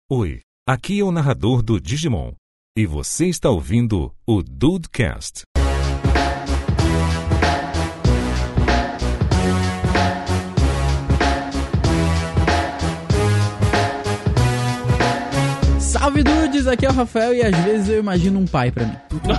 Oi, aqui é o narrador do Digimon, e você está ouvindo o Dudecast. Salve dudes, aqui é o Rafael e às vezes eu imagino um pai pra mim.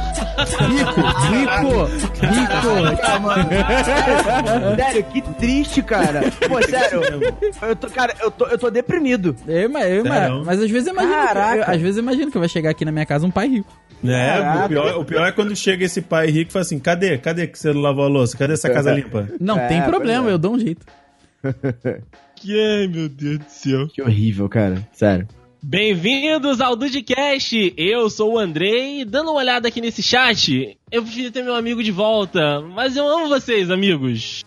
Sério, que triste, cara. Pô, sério, eu tô deprimido. Mas às vezes eu imagino. Às vezes eu imagino que vai chegar aqui na minha casa um pai rico. O pior é quando chega esse pai rico e fala assim: cadê que você não lavou a louça? Cadê essa casa limpa? Não tem problema, eu dou um jeito. Ai, meu Deus do céu. Que horrível, cara. Sério. Bem-vindos ao Dudecast, eu sou o Andrei, dando uma olhada aqui nesse chat, eu prefiro ter meu amigo de volta, mas eu amo vocês, amigos.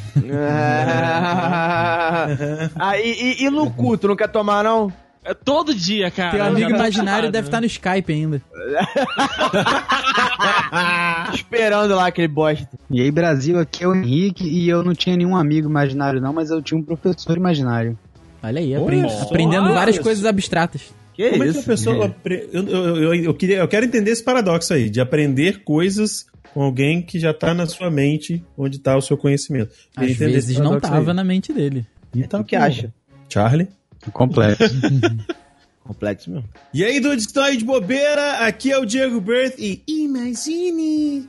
E no cu, tu não quer tomar, não? É todo dia, cara. Teu amigo imaginário deve estar no Skype ainda. Esperando lá aquele bosta. E aí, Brasil, aqui é o Henrique e eu não tinha nenhum amigo imaginário não, mas eu tinha um professor imaginário. Olha aí, aprendendo várias coisas abstratas. Como é que a pessoa... Eu quero entender esse paradoxo aí, de aprender coisas com alguém que já tá na sua mente, onde tá o seu conhecimento. Às vezes não tava na mente dele. Então, o que acha? Charlie? Complexo. Complexo mesmo. E aí, dudes que estão aí de bobeira, aqui é o Diego Berth e imagine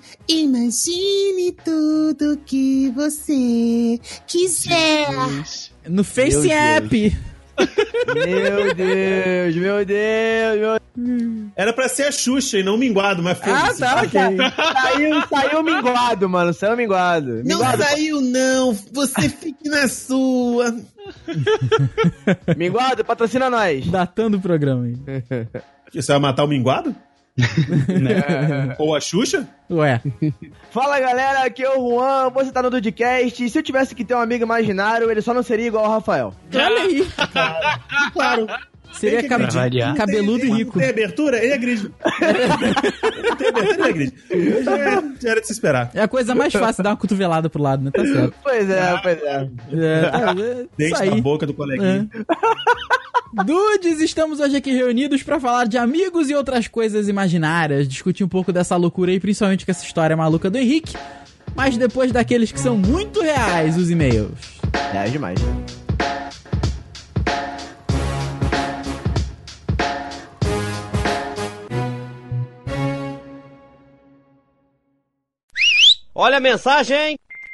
tudo que você quiser. No Face App. Meu Deus. Era pra ser a Xuxa e não o Minguado, mas foda-se. Saiu minguado, mano. Saiu minguado. Não saiu, não. Você fique na sua. Minguado, patrocina nós. Datando o programa aí. Você vai matar o Minguado? Ou a Xuxa? Ué. Fala galera, aqui é o Juan, você tá no Dudecast. E se eu tivesse que ter um amigo imaginário, ele só não seria igual ao Rafael. Olha aí. Claro. Seria cabeludo e rico. Não tem abertura? Ele agride. Não tem abertura, ele agride. Já era de se esperar. É a coisa mais fácil dar uma cotovelada pro lado, né? Tá certo. Pois é. Dente na boca do coleguinha. Dudes, estamos hoje aqui reunidos pra falar de amigos e outras coisas imaginárias, discutir um pouco dessa loucura aí, principalmente com essa história maluca do Henrique, mas depois daqueles que são muito reais, os e-mails. Reais demais. Olha a mensagem!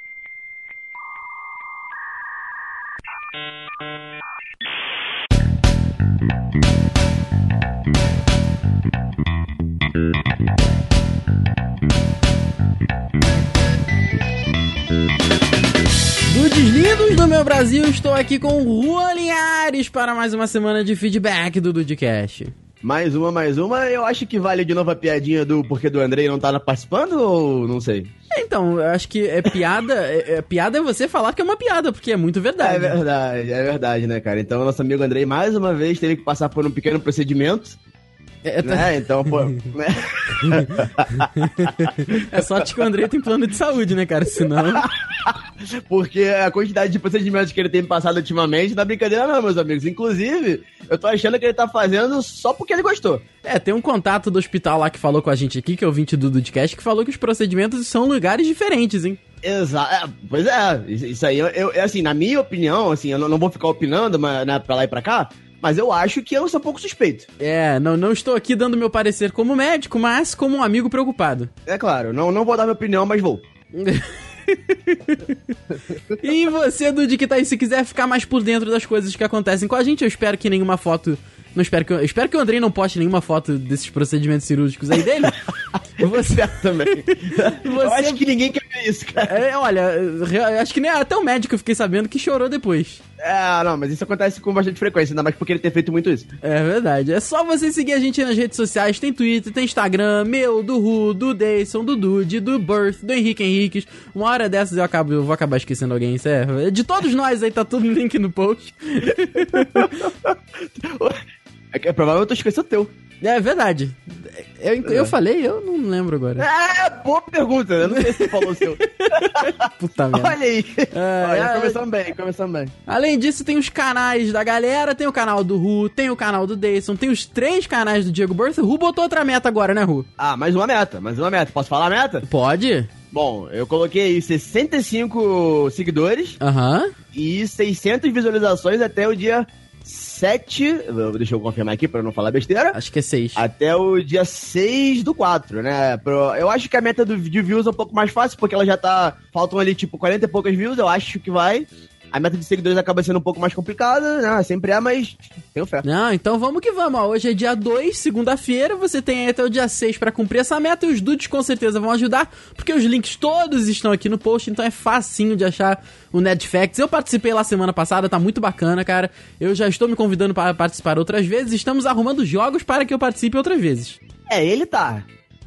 Dudes lindos do meu Brasil, estou aqui com o Juan Linhares para mais uma semana de feedback do Dudecast. Mais uma, eu acho que vale de novo a piadinha do porquê do Andrei não tá participando ou não sei? Então, eu acho que é piada, piada é você falar que é uma piada, porque é muito verdade. É verdade, né, cara? Então, nosso amigo Andrei, mais uma vez, teve que passar por um pequeno procedimento. Então, pô... Né? É sorte que o Andrei tem plano de saúde, né, cara? Senão... Porque a quantidade de procedimentos que ele tem passado ultimamente não é brincadeira não, meus amigos. Inclusive, eu tô achando que ele tá fazendo só porque ele gostou. Tem um contato do hospital lá que falou com a gente aqui, que é o 20 do Dudecast, que falou que os procedimentos são lugares diferentes, hein? Exato. Pois é, isso aí, assim, na minha opinião, assim, eu não vou ficar opinando né, pra lá e pra cá, mas eu acho que eu sou um pouco suspeito. Não estou aqui dando meu parecer como médico, mas como um amigo preocupado. É claro, não vou dar minha opinião, mas vou. E você, Dude, que tá aí, se quiser ficar mais por dentro das coisas que acontecem com a gente, eu espero que nenhuma foto... Eu espero que o Andrei não poste nenhuma foto desses procedimentos cirúrgicos aí dele. Você também. Eu acho que ninguém quer ver isso, cara. Olha, acho que nem até o médico eu fiquei sabendo que chorou depois. Não, mas isso acontece com bastante frequência, ainda mais porque ele tem feito muito isso. É verdade. É só você seguir a gente nas redes sociais. Tem Twitter, tem Instagram, meu, do Ru, do Dayson, do Dude, do Berth, do Henrique Henriques. Uma hora dessas eu vou acabar esquecendo alguém, isso é. De todos nós aí, tá tudo no link no post. É provável que eu tô esquecendo o teu. É verdade. Eu falei? Eu não lembro agora. Boa pergunta. Eu não sei se você falou o seu. Puta merda. Olha aí. Olha, começando bem. Além disso, tem os canais da galera, tem o canal do Ru, tem o canal do Dayson, tem os 3 canais do Diego Birth. O Ru botou outra meta agora, né, Ru? Mais uma meta. Posso falar a meta? Pode. Bom, eu coloquei aí 65 seguidores e 600 visualizações até o dia 7, deixa eu confirmar aqui pra não falar besteira. Acho que é 6. Até o dia 6/4, né? Eu acho que a meta de views é um pouco mais fácil, porque ela já tá... Faltam ali, tipo, 40 e poucas views, eu acho que vai. A meta de seguidores acaba sendo um pouco mais complicada, né? Sempre é, mas tenho fé. Não, então vamos que vamos, ó. Hoje é dia 2, segunda-feira, você tem aí até o dia 6 pra cumprir essa meta, e os dudes com certeza vão ajudar, porque os links todos estão aqui no post, então é facinho de achar o Nerd Facts. Eu participei lá semana passada, tá muito bacana, cara. Eu já estou me convidando para participar outras vezes, estamos arrumando jogos para que eu participe outras vezes. Ele tá?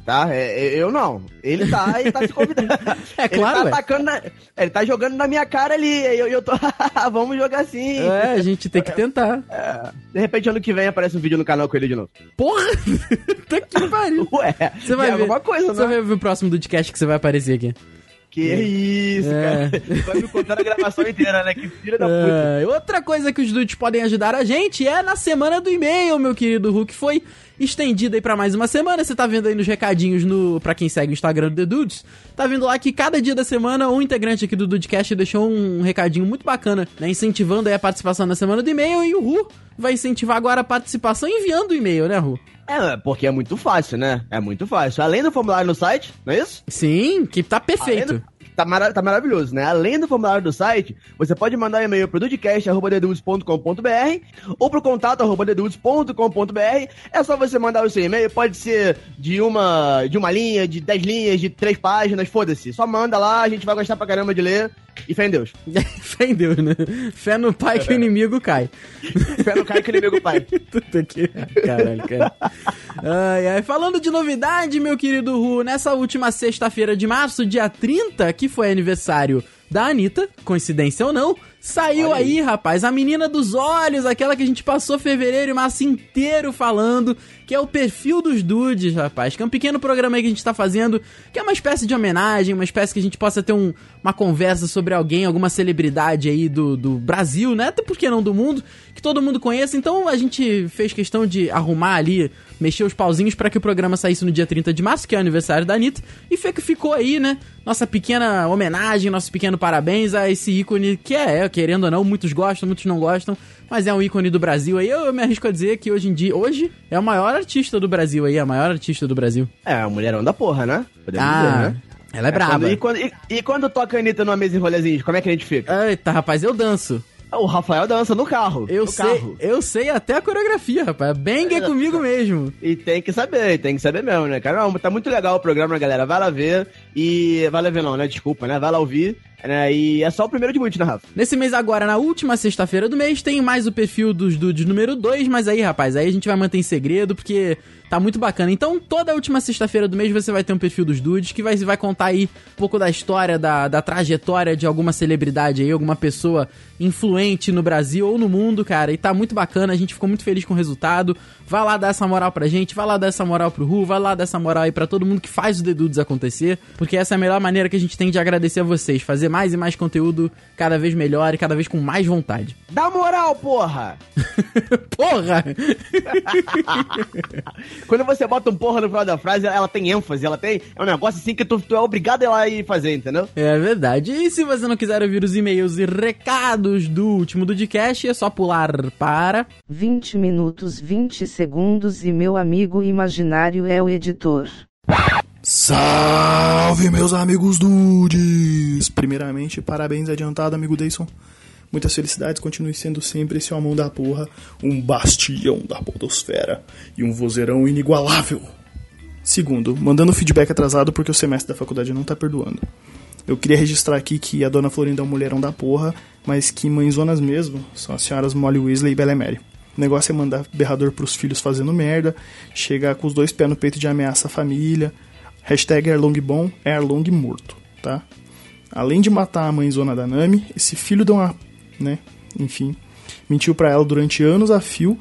Eu não. Ele tá se convidando. É claro, ele tá atacando ele tá jogando na minha cara ali. Eu tô... Vamos jogar sim. A gente tem que tentar. De repente, ano que vem, aparece um vídeo no canal com ele de novo. Porra! Tá que pariu. Ué, você vai ver alguma coisa, né? Você vai ver o próximo podcast que você vai aparecer aqui. Que isso, cara. Vai me contar a gravação inteira, né? Que filha da puta. Outra coisa que os dudes podem ajudar a gente é na semana do e-mail, meu querido Hulk. Foi estendida aí pra mais uma semana. Você tá vendo aí nos recadinhos pra quem segue o Instagram do The Dudes. Tá vendo lá que cada dia da semana um integrante aqui do Dudecast deixou um recadinho muito bacana, né? Incentivando aí a participação na semana do e-mail. E o Ru vai incentivar agora a participação enviando o e-mail, né, Ru? Porque é muito fácil, né? É muito fácil. Além do formulário no site, não é isso? Sim, que tá perfeito. Tá maravilhoso, né? Além do formulário do site, você pode mandar um e-mail pro dudecast@dedudes.com.br ou pro contato@dedudes.com.br. É só você mandar o seu e-mail, pode ser de uma linha, de 10 linhas, de 3 páginas, foda-se. Só manda lá, a gente vai gostar pra caramba de ler. E fé em Deus. Fé em Deus, né? Fé no pai que o inimigo cai. Fé no cai que o inimigo pai. Puta que... Caralho, cara. Falando de novidade, meu querido Ru, nessa última sexta-feira de março, dia 30, que foi aniversário da Anitta, coincidência ou não, saiu aí, rapaz, a menina dos olhos, aquela que a gente passou fevereiro e março inteiro falando, que é o Perfil dos Dudes, rapaz, que é um pequeno programa aí que a gente tá fazendo, que é uma espécie de homenagem, uma espécie que a gente possa ter uma conversa sobre alguém, alguma celebridade aí do Brasil, né, até por que não do mundo, que todo mundo conheça. Então a gente fez questão de arrumar ali, mexer os pauzinhos pra que o programa saísse no dia 30 de março, que é o aniversário da Anitta, e ficou aí, né, nossa pequena homenagem, nosso pequeno parabéns a esse ícone que querendo ou não, muitos gostam, muitos não gostam, mas é um ícone do Brasil aí. Eu me arrisco a dizer que hoje é o maior artista do Brasil aí, a maior artista do Brasil. É, a mulherão da porra, né? Podemos dizer, né? Ela é braba. Quando toca a Anitta numa mesa em rolezinhos, como é que a gente fica? Eita, rapaz, eu danço. O Rafael dança no carro. Eu sei até a coreografia, rapaz. Bang é comigo mesmo. E tem que saber mesmo, né, cara? Não, tá muito legal o programa, galera. Vai lá ver. Vai lá ver não, né? Desculpa, né? Vai lá ouvir. E é só o primeiro de muitos, né, Rafa? Nesse mês agora, na última sexta-feira do mês, tem mais o Perfil dos Dudes número 2, mas aí, rapaz, aí a gente vai manter em segredo, porque tá muito bacana. Então, toda última sexta-feira do mês você vai ter um Perfil dos Dudes, que vai contar aí um pouco da história, da trajetória de alguma celebridade aí, alguma pessoa influente no Brasil ou no mundo, cara, e tá muito bacana, a gente ficou muito feliz com o resultado. Vai lá dar essa moral pra gente, vai lá dar essa moral pro Ru, vai lá dar essa moral aí pra todo mundo que faz o The Dudes acontecer, porque essa é a melhor maneira que a gente tem de agradecer a vocês, fazer mais e mais conteúdo cada vez melhor e cada vez com mais vontade. Dá moral, porra! Porra! Quando você bota um porra no final da frase, ela tem ênfase, é um negócio assim que tu é obrigado a ir fazer, entendeu? É verdade. E se você não quiser ouvir os e-mails e recados do último Dudecast, é só pular para 20 minutos 20 segundos e meu amigo imaginário é o editor. Salve, meus amigos dudes! Primeiramente, parabéns adiantado, amigo Dayson. Muitas felicidades, continue sendo sempre esse homão da porra, um bastião da podosfera e um vozeirão inigualável. Segundo, mandando feedback atrasado porque o semestre da faculdade não tá perdoando. Eu queria registrar aqui que a dona Florinda é um mulherão da porra, mas que mãezonas mesmo são as senhoras Molly Weasley e Belemere. O negócio é mandar berrador pros filhos fazendo merda, chegar com os 2 pés no peito de ameaça à família. Hashtag Erlong é Erlong morto, tá? Além de matar a mãezona da Nami, esse filho de uma... né? Enfim, mentiu pra ela durante anos a fio,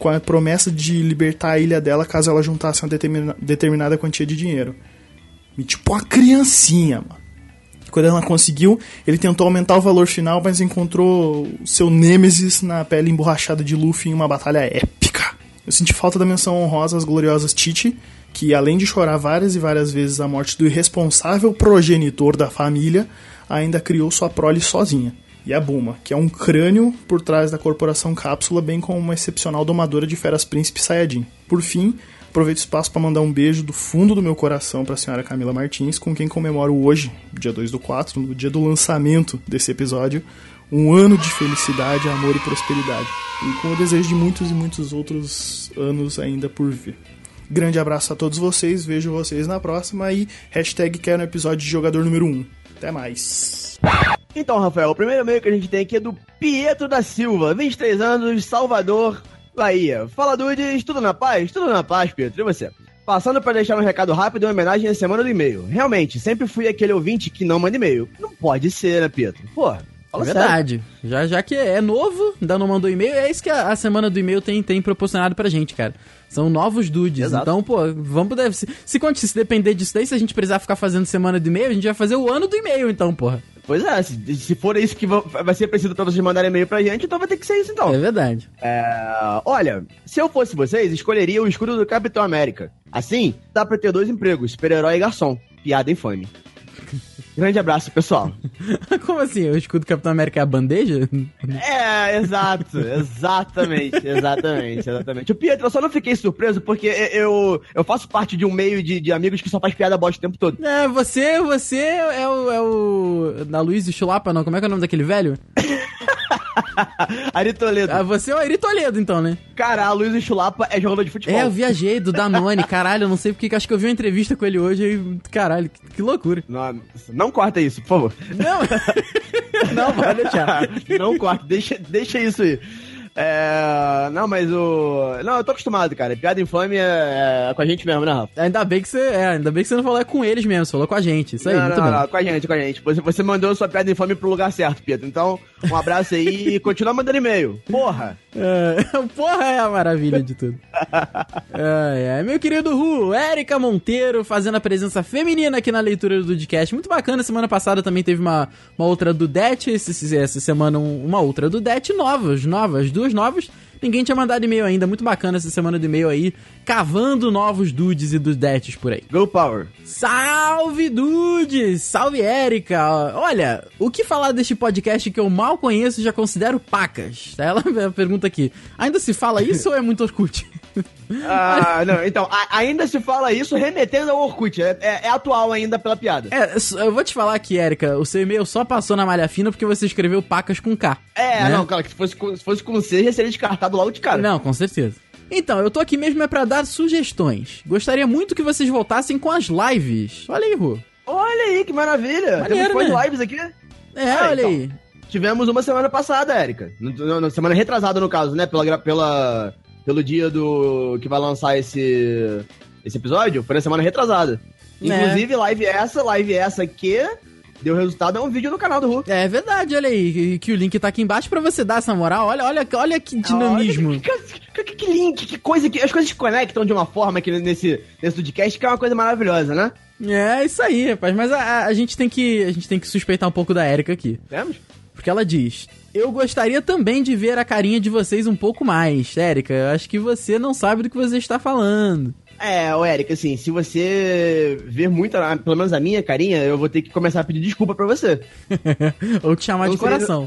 com a promessa de libertar a ilha dela caso ela juntasse uma determinada quantia de dinheiro. E tipo uma criancinha, mano. Quando ela conseguiu, ele tentou aumentar o valor final, mas encontrou seu nêmesis na pele emborrachada de Luffy em uma batalha épica. Eu senti falta da menção honrosa às gloriosas Titi, que além de chorar várias e várias vezes a morte do irresponsável progenitor da família, ainda criou sua prole sozinha. E a Bulma, que é um crânio por trás da Corporação Cápsula, bem como uma excepcional domadora de feras príncipe Saiyajin. Por fim, aproveito o espaço para mandar um beijo do fundo do meu coração para a senhora Camila Martins, com quem comemoro hoje, dia 2/4, no dia do lançamento desse episódio, um ano de felicidade, amor e prosperidade. E com o desejo de muitos e muitos outros anos ainda por vir. Grande abraço a todos vocês, vejo vocês na próxima e #quero no episódio de jogador número 1. Até mais. Então, Rafael, o primeiro e-mail que a gente tem aqui é do Pietro da Silva, 23 anos, Salvador, Bahia. Fala, dudes, tudo na paz? Tudo na paz, Pietro, e você? Passando para deixar um recado rápido em homenagem à semana do e-mail. Realmente, sempre fui aquele ouvinte que não manda e-mail. Não pode ser, né, Pietro? Pô, fala verdade. Já que é novo, ainda não mandou e-mail, é isso que a semana do e-mail tem proporcionado pra gente, cara. São novos dudes. Exato. Então, pô, vamos... Se depender disso daí, se a gente precisar ficar fazendo semana do e-mail, a gente vai fazer o ano do e-mail, então, porra. Pois é, se for isso que vai ser preciso pra vocês mandarem e-mail pra gente, então vai ter que ser isso, então. É verdade. Olha, se eu fosse vocês, escolheria o escudo do Capitão América. Assim, dá pra ter 2 empregos, super-herói e garçom. Piada infame. Grande abraço, pessoal. Como assim? O escudo do Capitão América é a bandeja? Exato. Exatamente. O Pietro, eu só não fiquei surpreso porque eu faço parte de um meio de amigos que só faz piada bosta o tempo todo. Você é o... Da Luiz Chulapa, não? Como é que é o nome daquele velho? Ari Toledo. Você é o Ari Toledo, então, né? Cara, a Luiz Chulapa é jogador de futebol. Eu viajei do Danone, caralho, eu não sei porque, acho que eu vi uma entrevista com ele hoje e, caralho, que loucura. Não corta isso, por favor. Não, vai deixar. Não corta, deixa isso aí. Não, mas Não, eu tô acostumado, cara. Piada infame é com a gente mesmo, né, Rafa? Ainda bem que você não falou com eles mesmo, você falou com a gente. Isso aí, muito bem. Não, com a gente. Você mandou sua piada infame pro lugar certo, Pietro. Então, um abraço aí e continua mandando e-mail. Porra! Porra é a maravilha de tudo. Meu querido Ru, Érica Monteiro fazendo a presença feminina aqui na leitura do Dudcast. Muito bacana, semana passada também teve uma outra Dudette, essa semana uma outra Dudette, novas, duas novas. Ninguém tinha mandado e-mail ainda, muito bacana essa semana de e-mail aí, cavando novos dudes e dudetes por aí. Go Power! Salve dudes! Salve Érica! Olha, o que falar deste podcast que eu mal conheço e já considero pacas? Ela pergunta aqui, ainda se fala isso ou é muito Orkut? Não, então, ainda se fala isso remetendo ao Orkut, é atual ainda pela piada. Eu vou te falar aqui, Érica, o seu e-mail só passou na malha fina porque você escreveu pacas com K. Né? Não, cara, que se fosse com C, já seria descartado logo de cara. Não, com certeza. Então, eu tô aqui mesmo pra dar sugestões. Gostaria muito que vocês voltassem com as lives. Olha aí, Ru. Olha aí, que maravilha. Maneiro, temos lives aqui? Olha aí. Tivemos uma semana passada, Érica. Na semana retrasada, no caso, né? Pelo dia que vai lançar esse episódio, foi na semana retrasada. Inclusive, live essa que deu resultado, é um vídeo no canal do Ru. É verdade, olha aí, que o link tá aqui embaixo pra você dar essa moral. Olha que dinamismo. Que link, que coisa, as coisas se conectam de uma forma aqui nesse podcast, que é uma coisa maravilhosa, né? É isso aí, rapaz, mas a gente tem que suspeitar um pouco da Érica aqui. Temos? Porque ela diz: eu gostaria também de ver a carinha de vocês um pouco mais. Érica, eu acho que você não sabe do que você está falando. Érica, assim, se você ver muito, pelo menos a minha carinha, eu vou ter que começar a pedir desculpa pra você. Ou te chamar de coração.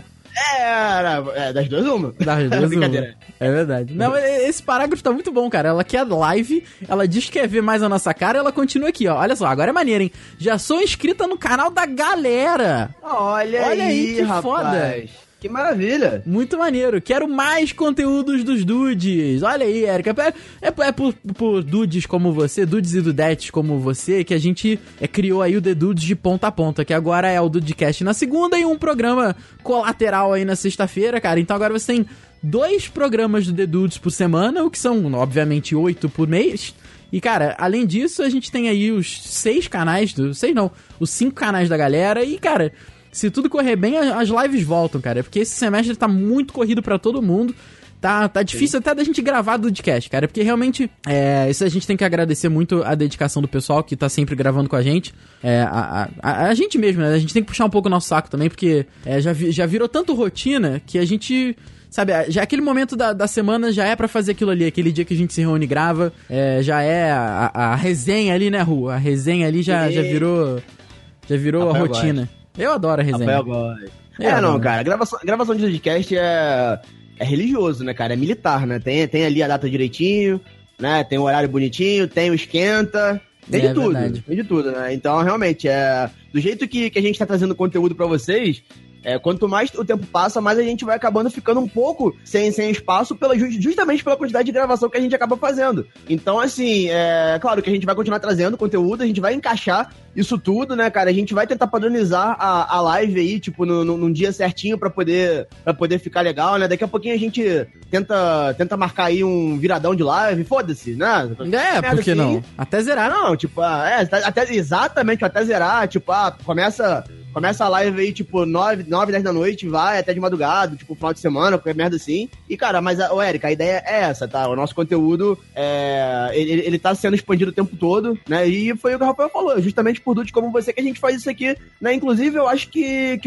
Das duas uma. Das duas uma. É verdade. Não, esse parágrafo tá muito bom, cara. Ela quer live, ela diz que quer ver mais a nossa cara, ela continua aqui, ó. Olha só, agora é maneiro, hein? Já sou inscrita no canal da galera. Olha aí, que rapaz. Foda. Que maravilha! Muito maneiro. Quero mais conteúdos dos dudes. Olha aí, Érica. É por dudes como você, dudes e dudetes como você, que a gente criou aí o The Dudes de ponta a ponta, que agora é o Dudecast na segunda e um programa colateral aí na sexta-feira, cara. Então agora você tem 2 programas do The Dudes por semana, o que são, obviamente, 8 por mês. E, cara, além disso, a gente tem aí os 6 canais, os 5 canais da galera e, cara... Se tudo correr bem, as lives voltam, cara. Porque esse semestre tá muito corrido pra todo mundo. Tá difícil até da gente gravar do podcast, cara, porque realmente, isso a gente tem que agradecer muito a dedicação do pessoal que tá sempre gravando com a gente, a gente mesmo, né, a gente tem que puxar um pouco o nosso saco também, porque já virou tanto rotina que a gente... Sabe, já aquele momento da semana já é pra fazer aquilo ali, aquele dia que a gente se reúne e grava, já é a resenha ali, né, Ru? A resenha ali já virou a rotina. Eu adoro a resenha. Não, cara, gravação de podcast é religioso, né, cara? É militar, né? Tem ali a data direitinho, né? Tem o horário bonitinho, tem o esquenta, tem de tudo. Verdade. Tem de tudo, né? Então, realmente, do jeito que a gente tá trazendo conteúdo pra vocês, quanto mais o tempo passa, mais a gente vai acabando ficando um pouco sem espaço justamente pela quantidade de gravação que a gente acaba fazendo. Então, assim, claro que a gente vai continuar trazendo conteúdo, a gente vai encaixar isso tudo, né, cara? A gente vai tentar padronizar a live aí, tipo, num dia certinho pra poder ficar legal, né? Daqui a pouquinho a gente tenta marcar aí um viradão de live, foda-se, né? Por que não? Até zerar. Não, tipo, exatamente, até zerar, tipo, começa a live aí, tipo, 9, 10 da noite, vai até de madrugada, tipo, final de semana, qualquer merda assim. E, cara, mas, Érica, a ideia é essa, tá? O nosso conteúdo, ele tá sendo expandido o tempo todo, né? E foi o que o Rafael falou, justamente por dudes como você que a gente faz isso aqui, né? Inclusive, eu acho que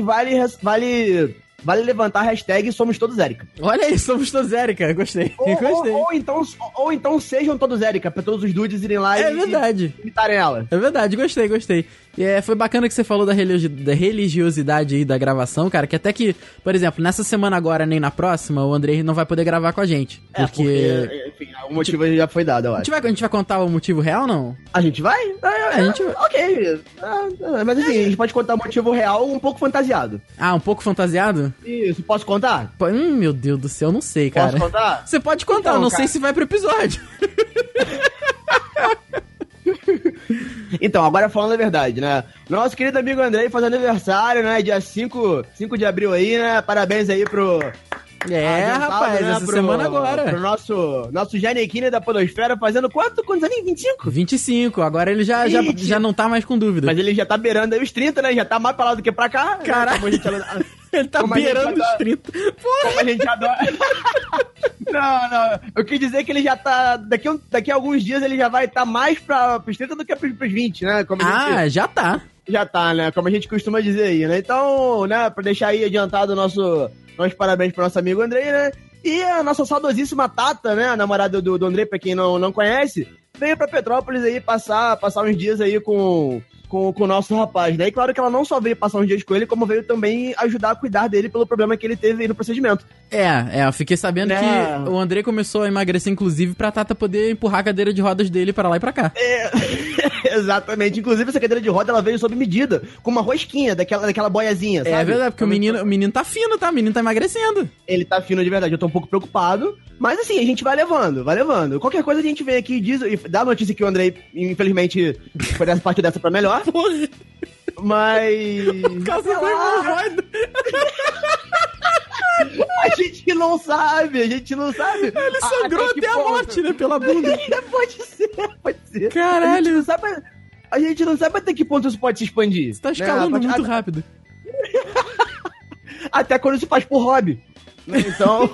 vale levantar a hashtag Somos Todos Érica. Olha aí, Somos Todos Érica, gostei. Gostei. Ou então sejam todos Érica, pra todos os dudes irem lá e imitarem ela. É verdade, gostei. E foi bacana que você falou da religiosidade aí da gravação, cara, que até que, por exemplo, nessa semana agora, nem na próxima, o Andrei não vai poder gravar com a gente. Porque enfim, o motivo já foi dado, eu acho. A gente vai contar o motivo real ou não? A gente vai? A gente vai. Ok. Mas assim, a gente pode contar o motivo real um pouco fantasiado. Ah, um pouco fantasiado? Isso, posso contar? Meu Deus do céu, não sei, cara. Posso contar? Você pode contar, então, não sei se vai pro episódio. Então, agora falando a verdade, né? Nosso querido amigo Andrei faz aniversário, né? Dia 5 de abril aí, né? Parabéns aí pro... rapaz, né? Essa semana agora. Pro nosso Janequine da Podosfera fazendo quantos aninhos? 25? 25, agora ele já não tá mais com dúvida. Mas ele já tá beirando aí os 30, né? Já tá mais pra lá do que pra cá. Caralho. Ele tá beirando os 30. Porra. Como a gente adora. Não. Eu quis dizer que ele já tá... Daqui a alguns dias ele já vai estar mais pros 30 do que pros 20, né? Já tá. Já tá, né? Como a gente costuma dizer aí, né? Então, né? Pra deixar aí adiantado nossos parabéns pro nosso amigo Andrei, né? E a nossa saudosíssima Tata, né? A namorada do Andrei, pra quem não conhece, veio pra Petrópolis aí passar uns dias aí com o nosso rapaz, né? E claro que ela não só veio passar uns dias com ele, como veio também ajudar a cuidar dele pelo problema que ele teve aí no procedimento. Eu fiquei sabendo que o Andrei começou a emagrecer, inclusive, pra Tata poder empurrar a cadeira de rodas dele pra lá e pra cá. Exatamente. Inclusive, essa cadeira de roda, ela veio sob medida, com uma rosquinha, daquela boiazinha, sabe? É verdade, porque o menino tá fino, tá? O menino tá emagrecendo. Ele tá fino de verdade, eu tô um pouco preocupado, mas assim, a gente vai levando. Qualquer coisa a gente vem aqui e dá a notícia que o Andrei, infelizmente, foi dessa parte dessa pra melhor. Porra. Mas... O caso do hemorroida. A gente não sabe. Ele sangrou até a morte, né? Pela bunda. Pode ser. Caralho. A gente não sabe até que ponto isso pode se expandir. Você tá escalando muito rápido. Até quando isso faz por hobby. Então...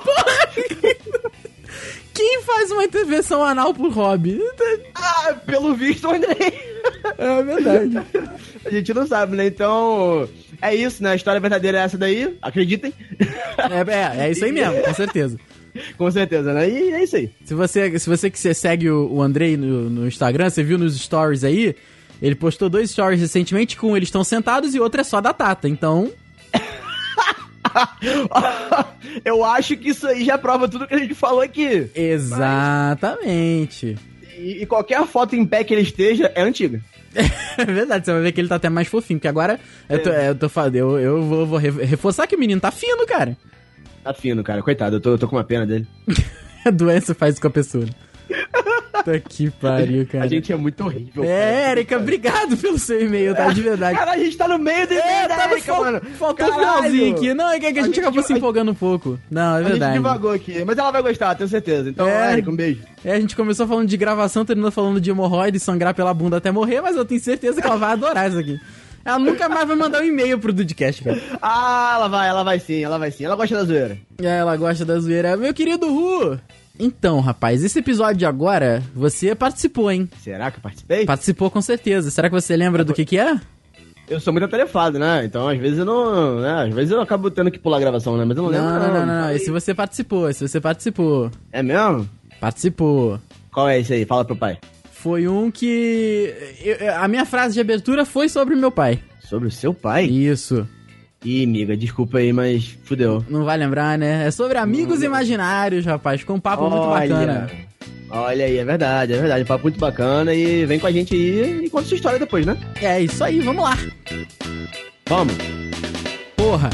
Quem faz uma intervenção anal por hobby? Pelo visto, o Andrei. É verdade. A gente não sabe, né? Então, é isso, né? A história verdadeira é essa daí, acreditem. É isso aí mesmo, com certeza. Com certeza, né? E é isso aí. Se você que segue o Andrei no Instagram, você viu nos stories aí, ele postou 2 stories recentemente com eles estão sentados e outro é só da Tata, então... Eu acho que isso aí já prova tudo que a gente falou aqui. Exatamente. E qualquer foto em pé que ele esteja é antiga. É verdade, você vai ver que ele tá até mais fofinho, porque agora eu vou reforçar que o menino tá fino, cara. Tá fino, cara, coitado, eu tô com uma pena dele. A doença faz isso com a pessoa. Puta que pariu, cara. A gente é muito horrível. Érica, obrigado pelo seu e-mail, tá? De verdade. Cara, a gente tá no meio do e-mail da Érica, mano. Faltou o finalzinho aqui. Não, é que a gente acabou se empolgando um pouco. Não, é verdade. A gente devagou aqui, mas ela vai gostar, tenho certeza. Então, Érica, um beijo. A gente começou falando de gravação, terminou falando de hemorroida e sangrar pela bunda até morrer, mas eu tenho certeza que ela vai adorar isso aqui. Ela nunca mais vai mandar um e-mail pro Dudcast, cara. Ah, ela vai sim. Ela gosta da zoeira. Ela gosta da zoeira. Meu querido Ru! Então, rapaz, esse episódio de agora, você participou, hein? Será que eu participei? Participou com certeza. Será que você lembra do que é? Eu sou muito atarefado, né? Então, às vezes eu não... Né? Às vezes eu acabo tendo que pular a gravação, né? Mas eu não lembro. Não. Esse você participou, É mesmo? Participou. Qual é esse aí? Fala pro pai. Foi um que... a minha frase de abertura foi sobre o meu pai. Sobre o seu pai? Isso. Ih, amiga, desculpa aí, mas fudeu. Não vai lembrar, né? É sobre amigos imaginários, rapaz. Com um papo muito bacana. Olha aí, é verdade. Um papo muito bacana. E vem com a gente aí e conta sua história depois, né? É isso aí, vamos lá. Vamos. Porra.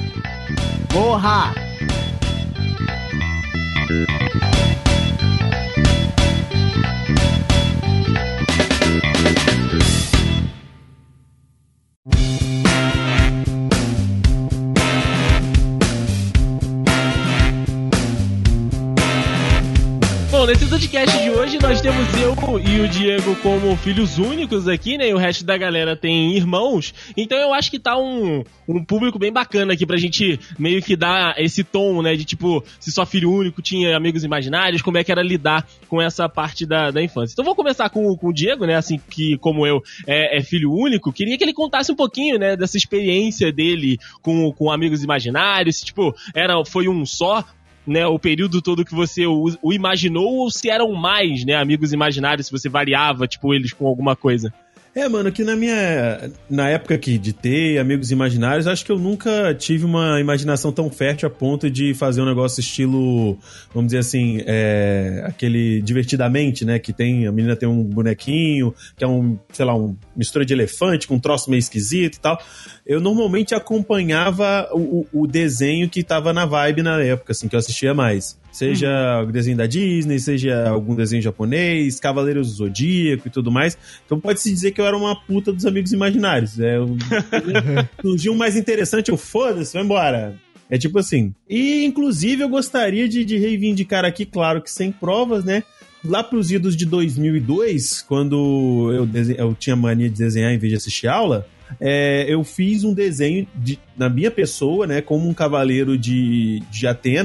Bom, nesse podcast de hoje nós temos eu e o Diego como filhos únicos aqui, né? E o resto da galera tem irmãos. Então eu acho que tá um público bem bacana aqui pra gente meio que dar esse tom, né? De tipo, se só filho único tinha amigos imaginários, como é que era lidar com essa parte da infância. Então vou começar com o Diego, né? Assim que, como eu, é filho único, queria que ele contasse um pouquinho, né? Dessa experiência dele com amigos imaginários. Se, tipo, foi um só, né, o período todo que você o imaginou, ou se eram mais, né, amigos imaginários, se você variava, tipo, eles com alguma coisa. Mano, que na época aqui de ter amigos imaginários, acho que eu nunca tive uma imaginação tão fértil a ponto de fazer um negócio estilo, vamos dizer assim, aquele Divertidamente, né, que a menina tem um bonequinho, que é uma mistura de elefante com um troço meio esquisito e tal. Eu normalmente acompanhava o desenho que tava na vibe na época, assim, que eu assistia mais. Seja o desenho da Disney, seja algum desenho japonês, Cavaleiros do Zodíaco e tudo mais. Então pode-se dizer que eu era uma puta dos amigos imaginários. Surgiu um mais interessante, foda-se, vai embora. É tipo assim. E, inclusive, eu gostaria de reivindicar aqui, claro que sem provas, né? Lá pros idos de 2002, quando eu tinha mania de desenhar em vez de assistir aula, eu fiz um desenho na minha pessoa, né, como um cavaleiro de Atena,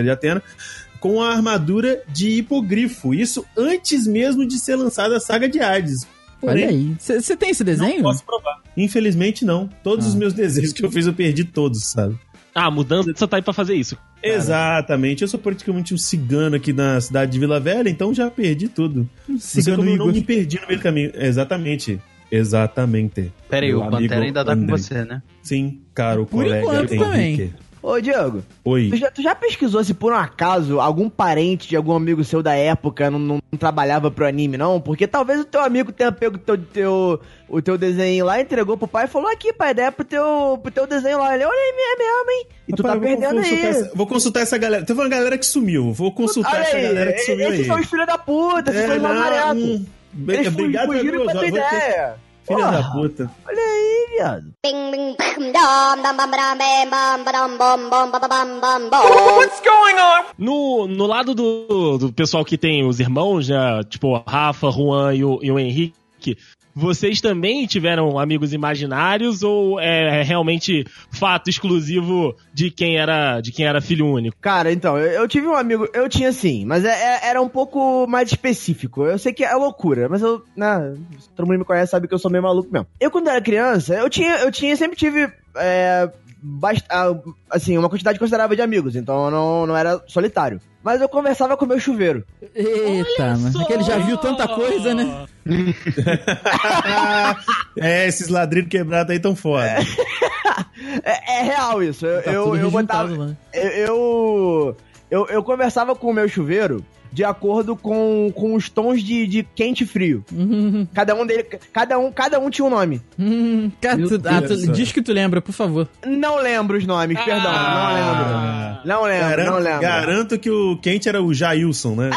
com a armadura de hipogrifo. Isso antes mesmo de ser lançada a saga de Hades. Olha aí. Você tem esse desenho? Não posso provar. Infelizmente, não. Todos os meus desenhos que eu fiz, eu perdi todos, sabe? Ah, mudança só tá aí pra fazer isso. Cara. Exatamente. Eu sou praticamente um cigano aqui na cidade de Vila Velha, então já perdi tudo. Cigano eu não me perdi no meio do caminho. Exatamente. Pera aí, o Pantera ainda tá com você, né? Sim, cara, o por colega enquanto também. Ô, Diego. Oi. Tu já pesquisou se por um acaso algum parente de algum amigo seu da época não trabalhava pro anime, não? Porque talvez o teu amigo tenha pego o teu desenho lá, entregou pro pai e falou: aqui, pai, ideia pro teu desenho lá. Ele, olha aí, é mesmo, hein? E tu tá perdendo aí. Vou consultar essa galera. Teve uma galera que sumiu. Vou consultar essa galera que sumiu aí. Esses são os filhos da puta, esses são os lamaretos. Obrigado, fugiram com a tua ideia. Filha da puta. Olha aí, viado. No lado do pessoal que tem os irmãos, né, tipo Rafa, Juan e o Henrique, vocês também tiveram amigos imaginários ou é realmente fato exclusivo de quem era filho único? Cara, então, eu tive um amigo, eu tinha sim, mas era um pouco mais específico. Eu sei que é loucura, mas todo mundo me conhece, sabe que eu sou meio maluco mesmo. Eu, quando era criança, sempre tive assim, uma quantidade considerável de amigos, então eu não era solitário. Mas eu conversava com o meu chuveiro. Eita, mas é que ele já viu tanta coisa, né? Esses ladrilhos quebrados aí tão foda. É real isso. Eu botava. Eu conversava com o meu chuveiro de acordo com os tons de quente e frio. Cada um tinha um nome. Diz que tu lembra, por favor. Não lembro os nomes, perdão. Não lembro. Garanto que o quente era o Jailson, né?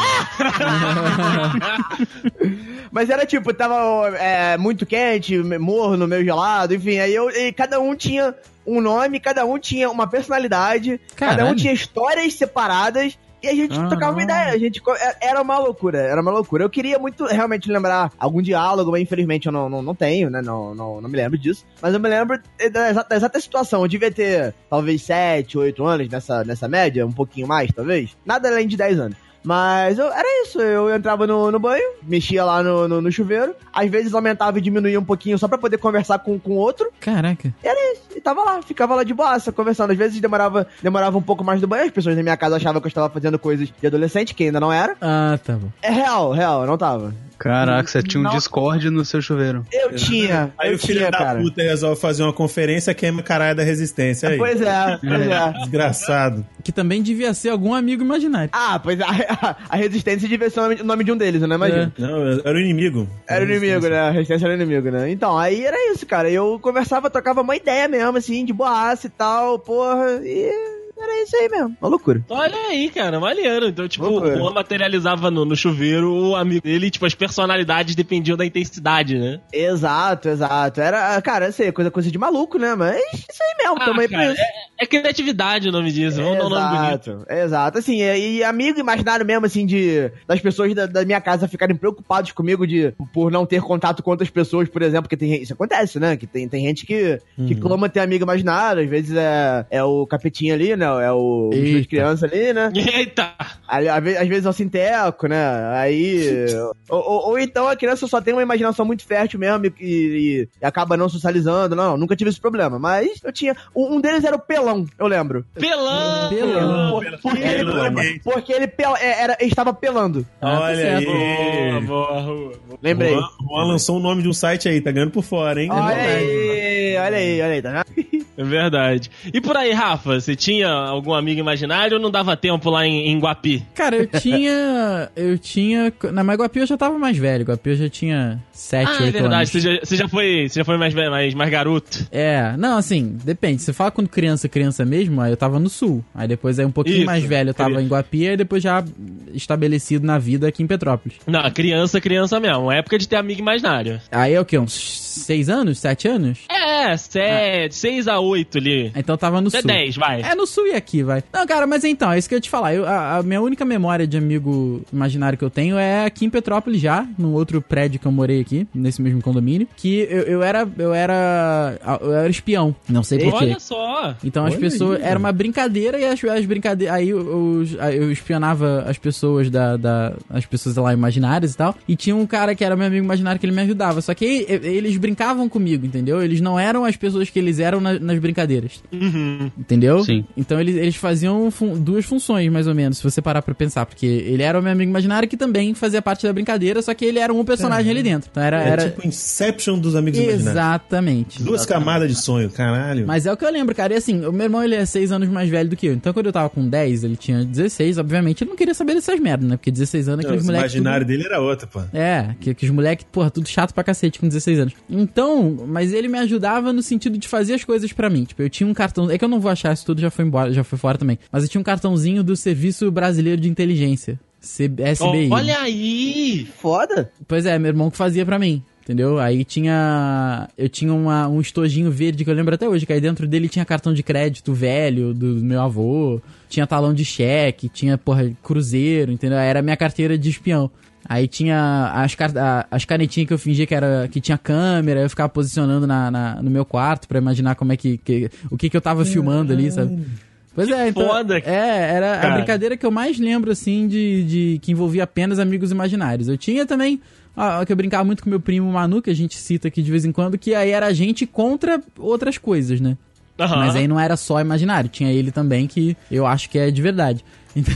Mas era tipo, tava muito quente, morno, meio gelado, enfim. Aí cada um tinha um nome, cada um tinha uma personalidade, Caralho. cada um tinha histórias separadas. E a gente tocava uma ideia, era uma loucura. Eu queria muito realmente lembrar algum diálogo, mas infelizmente eu não tenho, né? Não me lembro disso. Mas eu me lembro da exata situação. Eu devia ter talvez 7, 8 anos nessa média, um pouquinho mais, talvez. Nada além de 10 anos. Mas era isso, eu entrava no banho, mexia lá no chuveiro, às vezes aumentava e diminuía um pouquinho só pra poder conversar com o outro. Caraca. E era isso, e tava lá, ficava lá de boassa, conversando. Às vezes demorava um pouco mais do banho, as pessoas na minha casa achavam que eu estava fazendo coisas de adolescente, que ainda não era. Ah, tá bom. É real, eu não tava. Caraca, você tinha um Discord no seu chuveiro. Eu tinha. Aí o filho da puta resolve fazer uma conferência, queima caralho da resistência aí. Pois é. Desgraçado. Que também devia ser algum amigo imaginário. Ah, pois a resistência devia ser o nome de um deles, eu não imagino. Não, era o inimigo. Era o inimigo, né? A resistência era o inimigo, né? Então, aí era isso, cara. Eu conversava, trocava uma ideia mesmo, assim, de boaça e tal, porra, e... Era isso aí mesmo, uma loucura. Olha aí, cara, maneiro. Então, tipo, o Juan materializava no chuveiro o amigo dele, tipo, as personalidades dependiam da intensidade, né? Exato. Era, cara, eu sei, coisa de maluco, né? Mas isso aí mesmo, também pra isso. É criatividade o nome disso, vamos dar um nome bonito. Exato, assim, e amigo imaginário mesmo, assim, das pessoas da minha casa ficarem preocupados comigo por não ter contato com outras pessoas, por exemplo, porque isso acontece, né? Que tem gente que clama ter amigo imaginário, às vezes é o capetinha ali, né? É o bicho de criança ali, né? Eita! Às vezes é o sinteco, né? Aí... ou então a criança só tem uma imaginação muito fértil mesmo e acaba não socializando. Não, nunca tive esse problema. Mas eu tinha... Um deles era o Pelão, eu lembro. Pelão! Porque ele estava pelando. Olha aí. Boa. Lembrei. Juan lançou o nome de um site aí, tá ganhando por fora, hein? Olha aí, tá vendo? É verdade. E por aí, Rafa, você tinha algum amigo imaginário ou não dava tempo lá em Guapi? Cara, eu tinha... Na Guapi eu já tava mais velho. Guapi eu já tinha 7, 8 anos. É verdade. Você já foi mais garoto? Não, assim, depende. Você fala quando criança mesmo, aí eu tava no Sul. Aí depois, um pouquinho mais velho, eu tava em Guapi, aí depois já estabelecido na vida aqui em Petrópolis. Não, criança mesmo. Época de ter amigo imaginário. Aí é o quê? Uns 6 anos? 7 anos? 6 a 8 ali. Então tava no Sul. Até 10, vai. É, no Sul e aqui, vai. Não, cara, mas então, é isso que eu ia te falar. A minha única memória de amigo imaginário que eu tenho é aqui em Petrópolis já, num outro prédio que eu morei aqui, nesse mesmo condomínio, que eu era espião. Não sei porquê. Olha só! Então as pessoas... Era uma brincadeira e as brincadeiras... Aí eu espionava as pessoas as pessoas lá imaginárias e tal. E tinha um cara que era meu amigo imaginário que ele me ajudava. Só que eles brincavam comigo, entendeu? Eles não eram as pessoas que eles eram nas brincadeiras. Uhum. Entendeu? Sim. Então eles faziam duas funções, mais ou menos, se você parar pra pensar. Porque ele era o meu amigo imaginário que também fazia parte da brincadeira, só que ele era um personagem ali dentro. Então era tipo Inception dos amigos imaginários. Exatamente. Duas camadas de sonho, caralho. Mas é o que eu lembro, cara. E assim, o meu irmão, ele é 6 anos mais velho do que eu. Então quando eu tava com 10, ele tinha 16. Obviamente, ele não queria saber dessas merdas, né? Porque 16 anos, aqueles moleques... O imaginário dele era outro, pô. Que os moleques, porra, tudo chato pra cacete com 16 anos. Então, mas ele me ajudava no sentido de fazer as coisas pra mim. Tipo, eu tinha um cartão... É que eu não vou achar isso tudo, já foi embora, já foi fora também. Mas eu tinha um cartãozinho do Serviço Brasileiro de Inteligência. SBI. Olha aí! Foda! Pois é, meu irmão que fazia pra mim. Entendeu? Aí eu tinha um estojinho verde que eu lembro até hoje, que aí dentro dele tinha cartão de crédito velho do meu avô, tinha talão de cheque, tinha, cruzeiro, entendeu? Era a minha carteira de espião. Aí tinha as canetinhas que eu fingia que tinha câmera, eu ficava posicionando no meu quarto pra imaginar como é o que eu tava filmando ali, sabe? Pois é, então... Foda, era a brincadeira que eu mais lembro, assim, de que envolvia apenas amigos imaginários. Eu tinha também... que eu brincava muito com meu primo Manu, que a gente cita aqui de vez em quando, que aí era a gente contra outras coisas, né? Uhum. Mas aí não era só imaginário, tinha ele também, que eu acho que é de verdade. Então...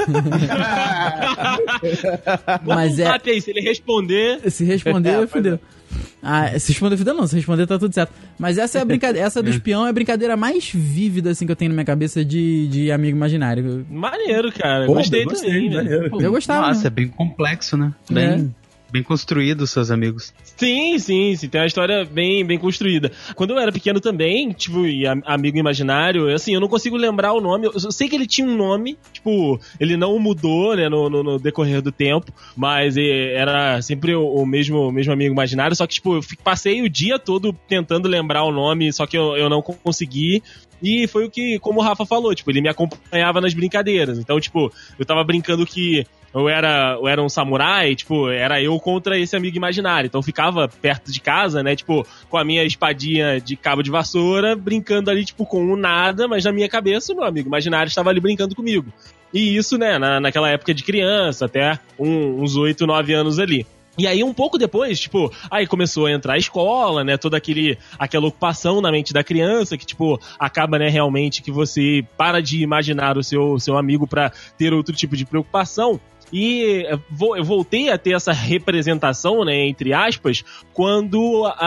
Mas aí, se ele responder... Se responder, fudeu. Se responder, fudeu não. Se responder, tá tudo certo. Mas essa é a brincadeira. Essa do espião é a brincadeira mais vívida, assim, que eu tenho na minha cabeça de amigo imaginário. Maneiro, cara. Gostei também, né? Eu gostava. Nossa, é bem complexo, né? Bem construído, seus amigos. Sim. Tem uma história bem construída. Quando eu era pequeno também, tipo, e amigo imaginário, assim, eu não consigo lembrar o nome. Eu sei que ele tinha um nome, tipo, ele não mudou, né, no decorrer do tempo, mas era sempre o mesmo amigo imaginário, só que, tipo, eu passei o dia todo tentando lembrar o nome, só que eu não consegui. E foi o que, como o Rafa falou, tipo, ele me acompanhava nas brincadeiras. Então, tipo, eu tava brincando que eu era um samurai, tipo, era eu contra esse amigo imaginário. Então eu ficava perto de casa, né, tipo, com a minha espadinha de cabo de vassoura, brincando ali, tipo, com um nada, mas na minha cabeça o meu amigo imaginário estava ali brincando comigo. E isso, né, naquela época de criança, até uns 8, 9 anos ali. E aí, um pouco depois, tipo, aí começou a entrar a escola, né, toda aquela ocupação na mente da criança, que, tipo, acaba, né, realmente que você para de imaginar o seu amigo pra ter outro tipo de preocupação. E eu voltei a ter essa representação, né, entre aspas, quando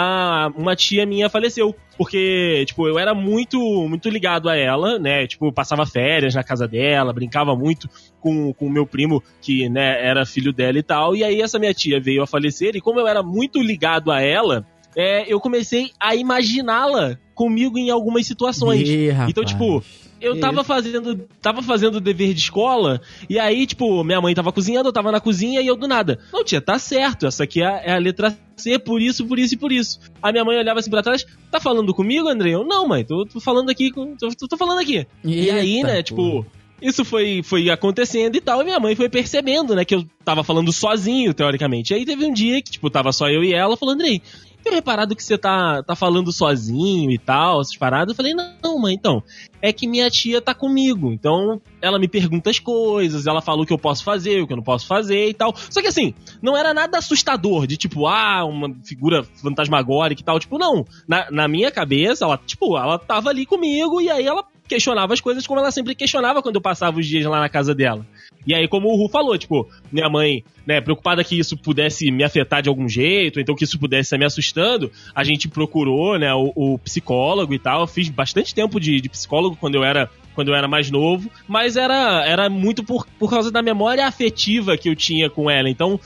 uma tia minha faleceu. Porque, tipo, eu era muito, muito ligado a ela, né, tipo, passava férias na casa dela, brincava muito com o meu primo, que, né, era filho dela e tal. E aí essa minha tia veio a falecer e como eu era muito ligado a ela, eu comecei a imaginá-la comigo em algumas situações. Então, tipo, eu tava fazendo o dever de escola, e aí, tipo, minha mãe tava cozinhando, eu tava na cozinha, e eu do nada, não, tia, tá certo, essa aqui é a letra C, por isso, por isso e por isso. A minha mãe olhava assim pra trás, tá falando comigo, André? Eu, não, mãe, tô falando aqui, tô falando aqui. E aí, né, tipo, isso foi acontecendo e tal, e minha mãe foi percebendo, né, que eu tava falando sozinho, teoricamente. E aí teve um dia que, tipo, tava só eu e ela, falando, Andrei, tenho reparado que você tá falando sozinho e tal, essas paradas. Eu falei, não, mãe, então, é que minha tia tá comigo. Então, ela me pergunta as coisas, ela fala o que eu posso fazer, o que eu não posso fazer e tal. Só que assim, não era nada assustador, de tipo, uma figura fantasmagórica e tal. Tipo, não. Na minha cabeça, ela tava ali comigo e aí ela questionava as coisas como ela sempre questionava quando eu passava os dias lá na casa dela. E aí, como o Ru falou, tipo, minha mãe, né, preocupada que isso pudesse me afetar de algum jeito, então que isso pudesse estar me assustando, a gente procurou, né, o psicólogo e tal. Eu fiz bastante tempo de psicólogo quando eu era mais novo, mas era muito por causa da memória afetiva que eu tinha com ela. Então,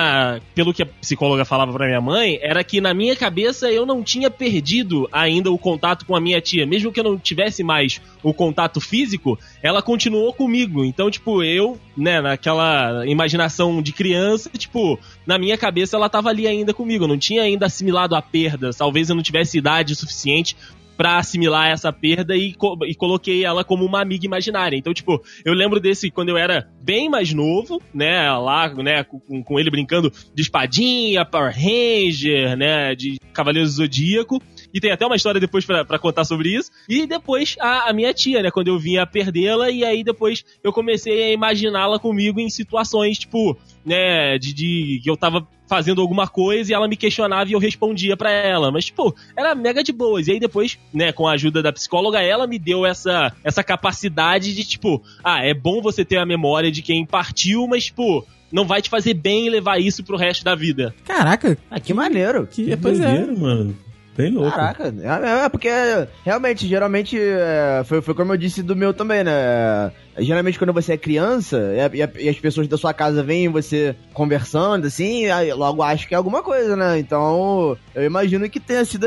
pelo que a psicóloga falava pra minha mãe, era que na minha cabeça eu não tinha perdido ainda o contato com a minha tia. Mesmo que eu não tivesse mais o contato físico, ela continuou comigo. Então, tipo, eu, né, naquela imaginação de criança, tipo, na minha cabeça ela tava ali ainda comigo. Eu não tinha ainda assimilado a perda. Talvez eu não tivesse idade suficiente pra assimilar essa perda e coloquei ela como uma amiga imaginária. Então, tipo, eu lembro desse quando eu era bem mais novo, né, lá, né, com ele brincando de espadinha, Power Ranger, né, de Cavaleiro do Zodíaco. E tem até uma história depois pra contar sobre isso. E depois a minha tia, né, quando eu vinha perdê-la, e aí depois eu comecei a imaginá-la comigo em situações, tipo, né, de que eu tava fazendo alguma coisa e ela me questionava e eu respondia pra ela. Mas, tipo, era mega de boas. E aí depois, né, com a ajuda da psicóloga, ela me deu essa capacidade de, tipo, é bom você ter a memória de quem partiu, mas, tipo, não vai te fazer bem levar isso pro resto da vida. Caraca. Que maneiro. Pois maneiro, mano. Bem louco. Caraca, porque realmente, geralmente, foi como eu disse do meu também, né? Geralmente quando você é criança e as pessoas da sua casa veem você conversando, assim, logo acho que é alguma coisa, né? Então, eu imagino que tenha sido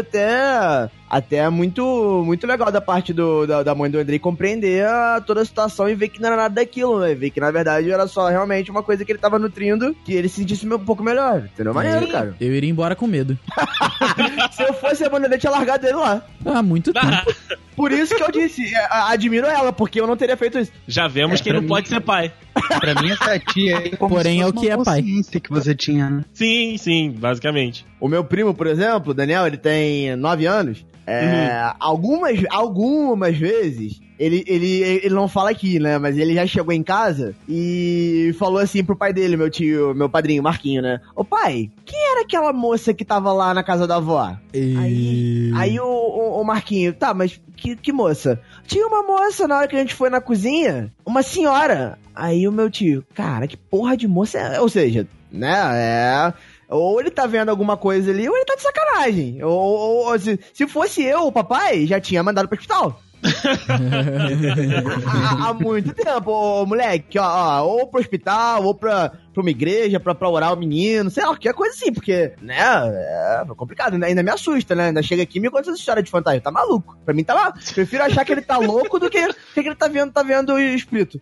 até muito, muito legal da parte da mãe do Andrei compreender toda a situação e ver que não era nada daquilo, né? Ver que na verdade era só realmente uma coisa que ele tava nutrindo, que ele se sentisse um pouco melhor, entendeu? Maneiro, cara. Eu iria embora com medo. Se eu fosse a Bandeira, tinha largado ele lá. Há muito tempo. Por isso que eu disse, admiro ela, porque eu não teria feito isso. Já vemos que ele não pode ser pai. Pra mim, essa tia aí, porém, é o que é pai. Que você tinha, né? Sim, basicamente. O meu primo, por exemplo, Daniel, ele tem 9 anos. Algumas vezes, ele não fala aqui, né? Mas ele já chegou em casa e falou assim pro pai dele, meu padrinho, Marquinho, né? Ô pai, quem era aquela moça que tava lá na casa da avó? Aí o Marquinho, tá, mas que moça? Tinha uma moça na hora que a gente foi na cozinha, uma senhora. Aí o meu tio, cara, que porra de moça é? Ou seja, né, ou ele tá vendo alguma coisa ali, ou ele tá de sacanagem. Ou se fosse eu, o papai, já tinha mandado pro hospital. Há muito tempo, moleque, ou pro hospital, ou pra pra uma igreja, pra orar o menino, sei lá, qualquer coisa assim, porque, né, é complicado, ainda me assusta, né? Ainda chega aqui e me conta essa história de fantasma. Tá maluco? Pra mim tá maluco. Prefiro achar que ele tá louco do que ele tá vendo o espírito.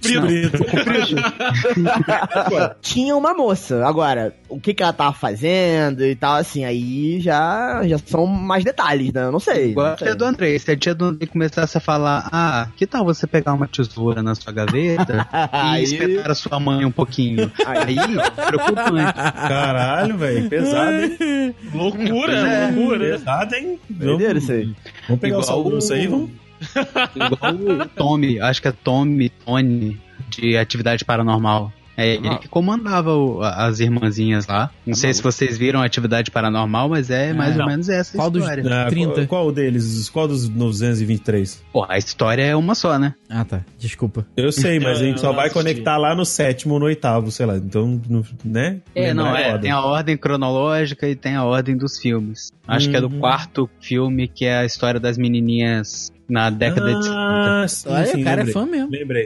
Tinha uma moça. Agora, o que ela tava fazendo e tal, assim, aí já são mais detalhes, né? Eu não sei. Igual a tia do André. Se a tia do André começasse a falar, que tal você pegar uma tesoura na sua gaveta e espetar a sua mãe um pouquinho? Aí, preocupante. Caralho, velho, pesado, hein? Loucura. Pesado, hein? Doideira isso aí. Vamos pegar o salmoço aí, vamos? Igual o Tommy, acho que é Tony, de Atividade Paranormal. É ele que comandava as irmãzinhas lá. Não sei se vocês viram Atividade Paranormal, mas é mais ou menos essa história. Dos 30? Qual deles? Qual dos 923? Pô, a história é uma só, né? Ah, tá. Desculpa. Eu sei, mas a gente só vai conectar lá no 7º ou no 8º, sei lá. Então, né? Tem a ordem cronológica e tem a ordem dos filmes. Acho que é do 4º filme, que é a história das menininhas na década de 50. Sim, Olha, sim, o cara lembrei. é fã mesmo. Lembrei.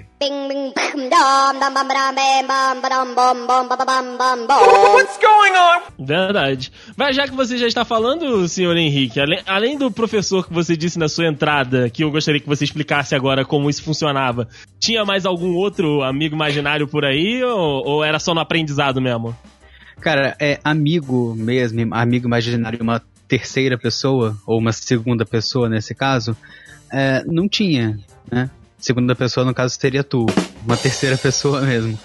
Verdade. Mas já que você já está falando, senhor Henrique, além do professor que você disse na sua entrada, que eu gostaria que você explicasse agora como isso funcionava, tinha mais algum outro amigo imaginário por aí ou era só no aprendizado mesmo? Cara, é amigo mesmo, amigo imaginário, uma terceira pessoa, ou uma segunda pessoa nesse caso, não tinha, né? Segunda pessoa, no caso, seria tu. Uma terceira pessoa mesmo.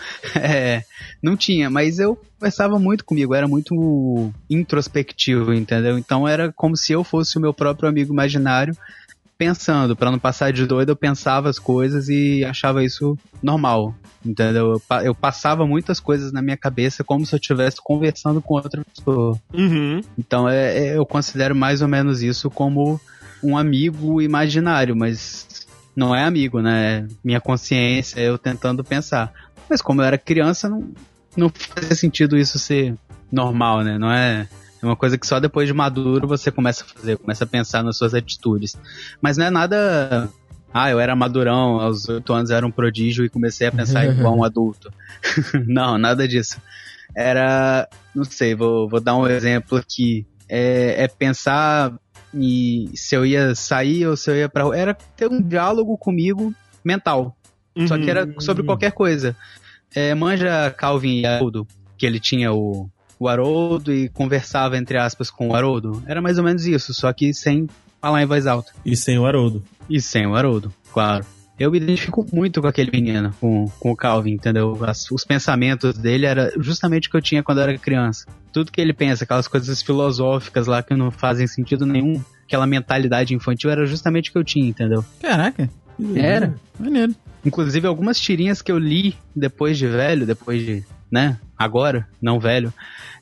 Não tinha, mas eu conversava muito comigo, era muito introspectivo, entendeu? Então era como se eu fosse o meu próprio amigo imaginário, pensando, pra não passar de doido, eu pensava as coisas e achava isso normal, entendeu? Eu passava muitas coisas na minha cabeça como se eu estivesse conversando com outra pessoa. Uhum. Então eu considero mais ou menos isso como um amigo imaginário, mas não é amigo, né? Minha consciência, eu tentando pensar. Mas como eu era criança, não fazia sentido isso ser normal, né? Não é uma coisa que só depois de maduro você começa a fazer, começa a pensar nas suas atitudes. Mas não é nada... eu era madurão, aos 8 anos eu era um prodígio e comecei a pensar igual um adulto. Não, nada disso. Era... Não sei, vou dar um exemplo aqui. É pensar... E se eu ia sair ou se eu ia pra rua, era ter um diálogo comigo mental. Só que era sobre qualquer coisa. Manja Calvin e Haroldo, que ele tinha o Haroldo e conversava, entre aspas, com o Haroldo. Era mais ou menos isso, só que sem falar em voz alta. E sem o Haroldo. E sem o Haroldo, claro. Eu me identifico muito com aquele menino, com o Calvin, entendeu? Os pensamentos dele era justamente o que eu tinha quando eu era criança. Tudo que ele pensa, aquelas coisas filosóficas lá que não fazem sentido nenhum, aquela mentalidade infantil, era justamente o que eu tinha, entendeu? Caraca. Era. Maneiro. Inclusive, algumas tirinhas que eu li depois de velho, né? Agora, não velho,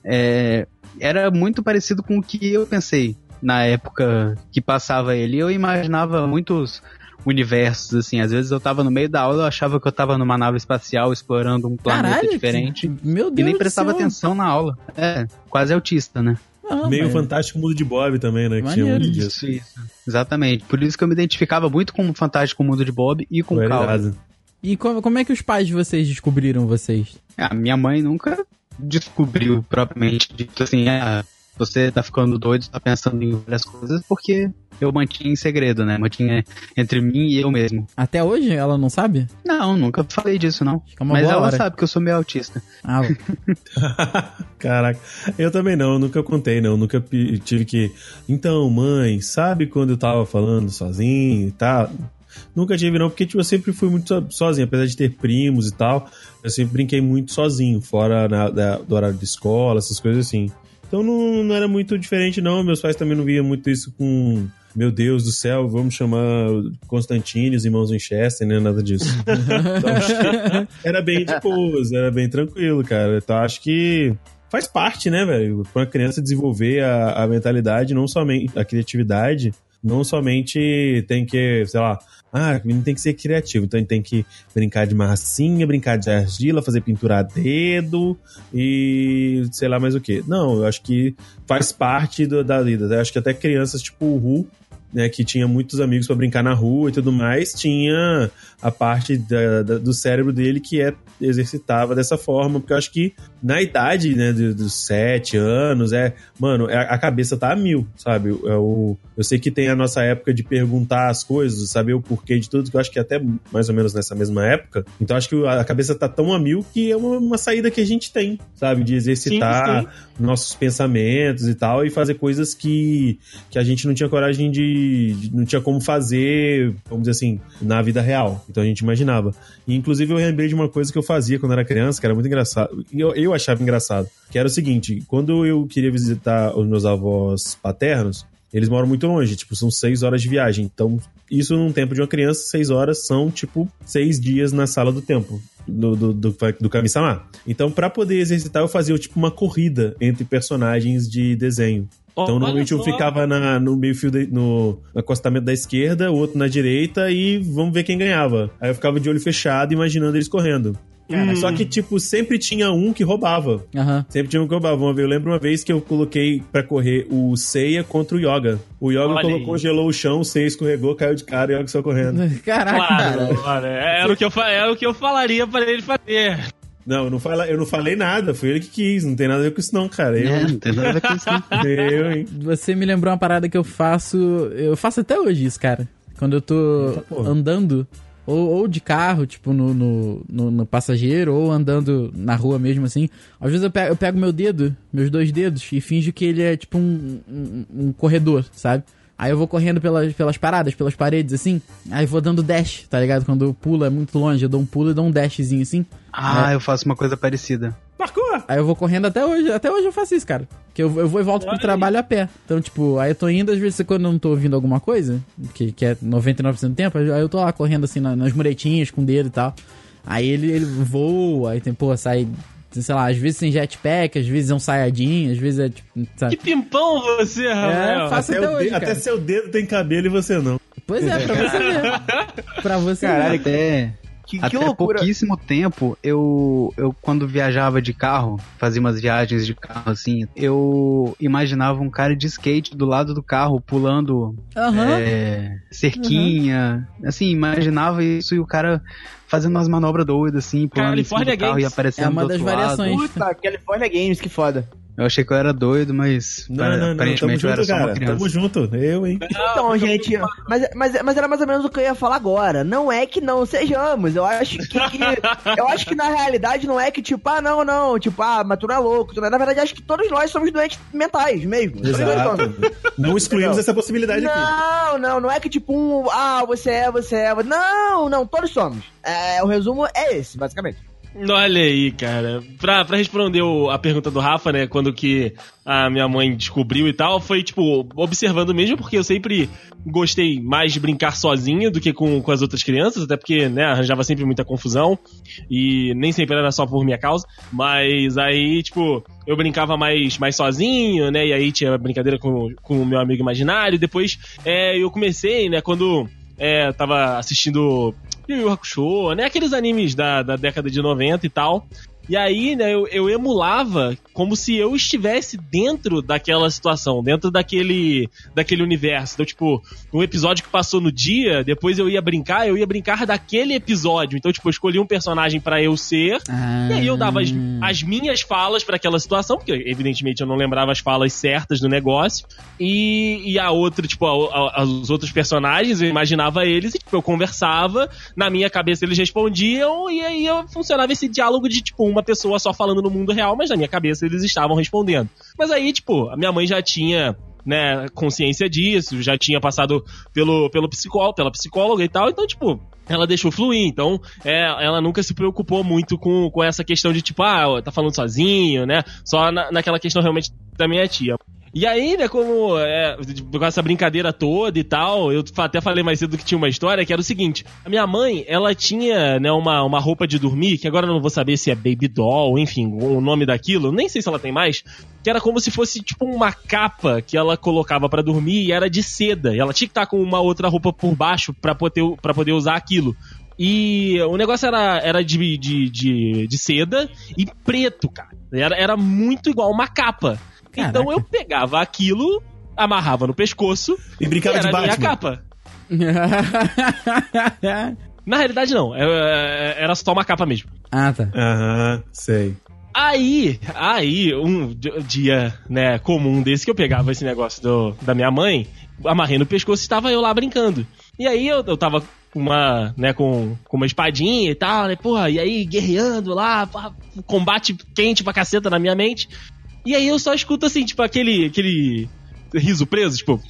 era muito parecido com o que eu pensei na época que passava ele. Eu imaginava muitos universos, assim. Às vezes eu tava no meio da aula, eu achava que eu tava numa nave espacial explorando um planeta diferente. Meu Deus, e nem prestava atenção na aula. Quase autista, né? Meio Fantástico Mundo de Bob também, né? Que tinha muito disso. Isso. Exatamente. Por isso que eu me identificava muito com o Fantástico Mundo de Bob e com o Calvin. E como é que os pais de vocês descobriram vocês? Minha mãe nunca descobriu propriamente dito assim, você tá ficando doido, tá pensando em várias coisas, porque eu mantinha em segredo, né? Mantinha entre mim e eu mesmo. Até hoje ela não sabe? Não, nunca falei disso, não. Mas ela sabe que eu sou meio autista. Caraca, eu também não, nunca contei, não. Nunca tive que... Então, mãe, sabe quando eu tava falando sozinho e tal? Nunca tive, não, porque eu sempre fui muito sozinho, apesar de ter primos e tal. Eu sempre brinquei muito sozinho, fora do horário de escola, essas coisas assim. Então não era muito diferente, não. Meus pais também não viam muito isso com... Meu Deus do céu, vamos chamar Constantine, os irmãos Winchester, né? Nada disso. Então, era bem de boas, era bem tranquilo, cara. Então acho que faz parte, né, velho? Pra uma criança desenvolver a mentalidade, não somente a criatividade, não somente tem que, sei lá, o menino tem que ser criativo, então ele tem que brincar de massinha, brincar de argila, fazer pintura a dedo e sei lá mais o que. Não, eu acho que faz parte da vida. Eu acho que até crianças tipo o Ru né, que tinha muitos amigos pra brincar na rua e tudo mais, tinha a parte do cérebro dele que exercitava dessa forma, porque eu acho que na idade, né, dos 7 anos, mano, a cabeça tá a mil, sabe? Eu sei que tem a nossa época de perguntar as coisas, saber o porquê de tudo, que eu acho que até mais ou menos nessa mesma época. Então acho que a cabeça tá tão a mil que é uma saída que a gente tem, sabe? De exercitar nossos pensamentos e tal, e fazer coisas que a gente não tinha coragem não tinha como fazer, vamos dizer assim, na vida real. Então a gente imaginava. E inclusive eu lembrei de uma coisa que eu fazia quando era criança, que era muito engraçado. Eu achava engraçado. Que era o seguinte, quando eu queria visitar os meus avós paternos, eles moram muito longe, tipo, são 6 horas de viagem. Então, isso num tempo de uma criança, 6 horas são, tipo, 6 dias na sala do tempo do Kami-sama. Então, pra poder exercitar, eu fazia, tipo, uma corrida entre personagens de desenho. Então, normalmente eu ficava no meio-fio, no acostamento da esquerda, o outro na direita, e vamos ver quem ganhava. Aí eu ficava de olho fechado, imaginando eles correndo. Só que, tipo, sempre tinha um que roubava. Sempre tinha um que roubava. Eu lembro uma vez que eu coloquei pra correr o Seiya contra o Yoga. O Yoga congelou o chão, o Seiya escorregou, caiu de cara e o Yoga só correndo. Caraca, claro. Era o que eu falaria pra ele fazer. Não, eu não falei nada, foi ele que quis, não tem nada a ver com isso não, cara. Não tem nada a ver com isso não. Hein? Você me lembrou uma parada que eu faço até hoje isso, cara. Quando eu tô andando, ou de carro, tipo, no passageiro, ou andando na rua mesmo, assim. Às vezes eu pego meus 2 dedos, e finjo que ele é tipo um corredor, sabe? Aí eu vou correndo pelas paradas, pelas paredes, assim. Aí vou dando dash, tá ligado? Quando eu pulo é muito longe, eu dou um pulo e dou um dashzinho, assim. Eu faço uma coisa parecida. Parkour! Aí eu vou correndo até hoje eu faço isso, cara. Que eu vou e volto pro trabalho a pé. Então, tipo, aí eu tô indo, às vezes, quando eu não tô ouvindo alguma coisa, que é 99% do tempo, aí eu tô lá correndo, assim, nas muretinhas, com o dedo e tal. Aí ele voa, aí tem, sai... Sei lá, às vezes tem jetpack, às vezes é um Saiyajin, às vezes é tipo... Sabe? Que pimpão você, Rafael! Faço até hoje, até seu dedo tem cabelo e você não. Pois é, pra você ver. Pra você Caralho, ver. Até pouquíssimo tempo, eu quando viajava de carro, fazia umas viagens de carro assim, eu imaginava um cara de skate do lado do carro, pulando cerquinha, assim, imaginava isso e o cara fazendo umas manobras doidas assim, pulando em cima do carro e aparecendo do outro lado. É uma das variações. Puta, California Games, que foda. Eu achei que eu era doido, mas não, aparentemente eu era só uma criança. Tamo junto, eu, hein? Então, gente, mas era mais ou menos o que eu ia falar agora. Não é que não sejamos. Eu acho que na realidade não é que tipo, não, tipo, mas tu não é louco. Na verdade, acho que todos nós somos doentes mentais mesmo. Exato. Não excluímos essa possibilidade aqui. Não é que tipo você é. Não, todos somos. O resumo é esse, basicamente. Olha aí, cara. Pra responder a pergunta do Rafa, né, quando que a minha mãe descobriu e tal, foi, tipo, observando mesmo, porque eu sempre gostei mais de brincar sozinho do que com as outras crianças, até porque, né, arranjava sempre muita confusão, e nem sempre era só por minha causa, mas aí, tipo, eu brincava mais sozinho, né, e aí tinha brincadeira com o meu amigo imaginário, depois eu comecei, né, quando tava assistindo Yu Yu Hakusho, né? Aqueles animes da década de 90 e tal. E aí, né, eu emulava como se eu estivesse dentro daquela situação, dentro daquele universo. Então, tipo, um episódio que passou no dia, depois eu ia brincar daquele episódio. Então, tipo, eu escolhi um personagem pra eu ser, e aí eu dava as minhas falas pra aquela situação, porque evidentemente eu não lembrava as falas certas do negócio, e a outra, tipo, os outros personagens, eu imaginava eles, e tipo, eu conversava, na minha cabeça eles respondiam, e aí funcionava esse diálogo de, tipo, uma pessoa só falando no mundo real, mas na minha cabeça eles estavam respondendo. Mas aí, tipo, a minha mãe já tinha, né, consciência disso, já tinha passado pela psicóloga e tal, então, tipo, ela deixou fluir, então ela nunca se preocupou muito com essa questão de, tipo, tá falando sozinho, né, só naquela questão realmente da minha tia. E aí, né, com essa brincadeira toda e tal, eu até falei mais cedo que tinha uma história, que era o seguinte, a minha mãe, ela tinha, né, uma roupa de dormir, que agora eu não vou saber se é baby doll, enfim, o nome daquilo, nem sei se ela tem mais, que era como se fosse, tipo, uma capa que ela colocava pra dormir e era de seda, e ela tinha que estar com uma outra roupa por baixo pra poder usar aquilo. E o negócio era de seda e preto, cara. Era muito igual uma capa. Caraca. Então eu pegava aquilo, amarrava no pescoço E brincava era de a minha Batman. capa. Na realidade, não. Era só uma capa mesmo. Ah, tá. Aham, sei. Aí, um dia, né, comum desse que eu pegava esse negócio da minha mãe, amarrei no pescoço e estava eu lá brincando. E aí eu tava com uma, né, com uma espadinha e tal, né, porra, e aí guerreando lá, combate quente pra caceta na minha mente. E aí eu só escuto assim, tipo, aquele riso preso, tipo...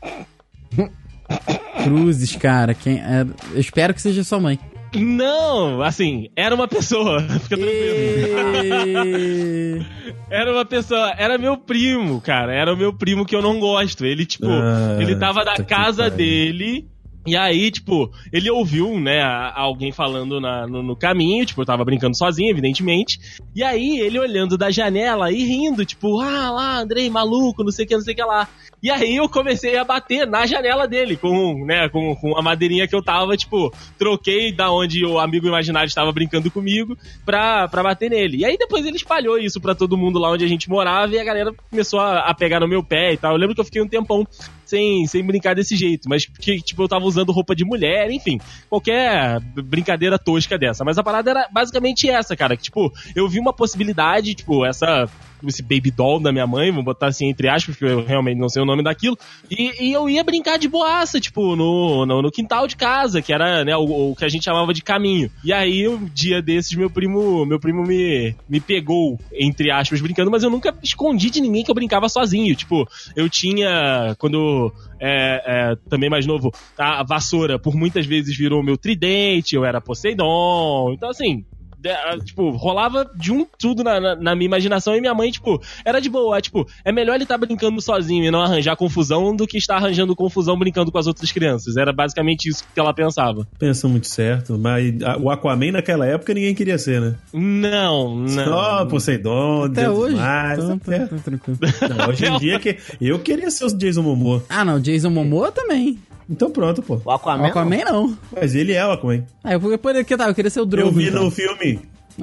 Cruzes, cara. Eu espero que seja sua mãe. Não, assim, era uma pessoa. Fica tranquilo. Era uma pessoa, era meu primo, cara. Era o meu primo que eu não gosto. Ele, tipo, ele tava na casa dele. E aí, tipo, ele ouviu, né, alguém falando no caminho, tipo, eu tava brincando sozinho, evidentemente. E aí, ele olhando da janela e rindo, tipo, lá, Andrei, maluco, não sei o que lá. E aí eu comecei a bater na janela dele, com a madeirinha que eu tava, tipo, troquei da onde o amigo imaginário estava brincando comigo pra bater nele. E aí depois ele espalhou isso pra todo mundo lá onde a gente morava e a galera começou a pegar no meu pé e tal. Eu lembro que eu fiquei um tempão sem brincar desse jeito, mas que, tipo, eu tava usando roupa de mulher, enfim, qualquer brincadeira tosca dessa. Mas a parada era basicamente essa, cara, que, tipo, eu vi uma possibilidade, tipo, esse baby doll da minha mãe, vou botar assim entre aspas, porque eu realmente não sei o nome daquilo, e eu ia brincar de boaça, tipo, no quintal de casa, que era, né, o que a gente chamava de caminho. E aí, um dia desses, meu primo me pegou, entre aspas, brincando, mas eu nunca escondi de ninguém que eu brincava sozinho. Tipo, eu tinha, quando também mais novo, a vassoura por muitas vezes virou meu tridente, eu era Poseidon, então assim... Tipo, rolava de tudo na minha imaginação e minha mãe, tipo, era de boa, tipo, é melhor ele estar brincando sozinho e não arranjar confusão do que estar arranjando confusão brincando com as outras crianças. Era basicamente isso que ela pensava. Pensa muito certo, mas o Aquaman naquela época ninguém queria ser, né? Não. Só Poseidon, até Deus hoje, mais. tô tranquilo. Não, hoje em dia eu queria ser o Jason Momoa. Ah, não, Jason Momoa também. Então pronto, pô. O Aquaman não. Mas ele é o Aquaman. Ah, eu queria ser o Drogo. Eu vi então. no filme.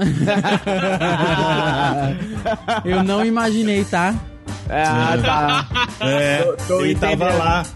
Eu não imaginei, tá? Tá. Ele entendendo. tava lá.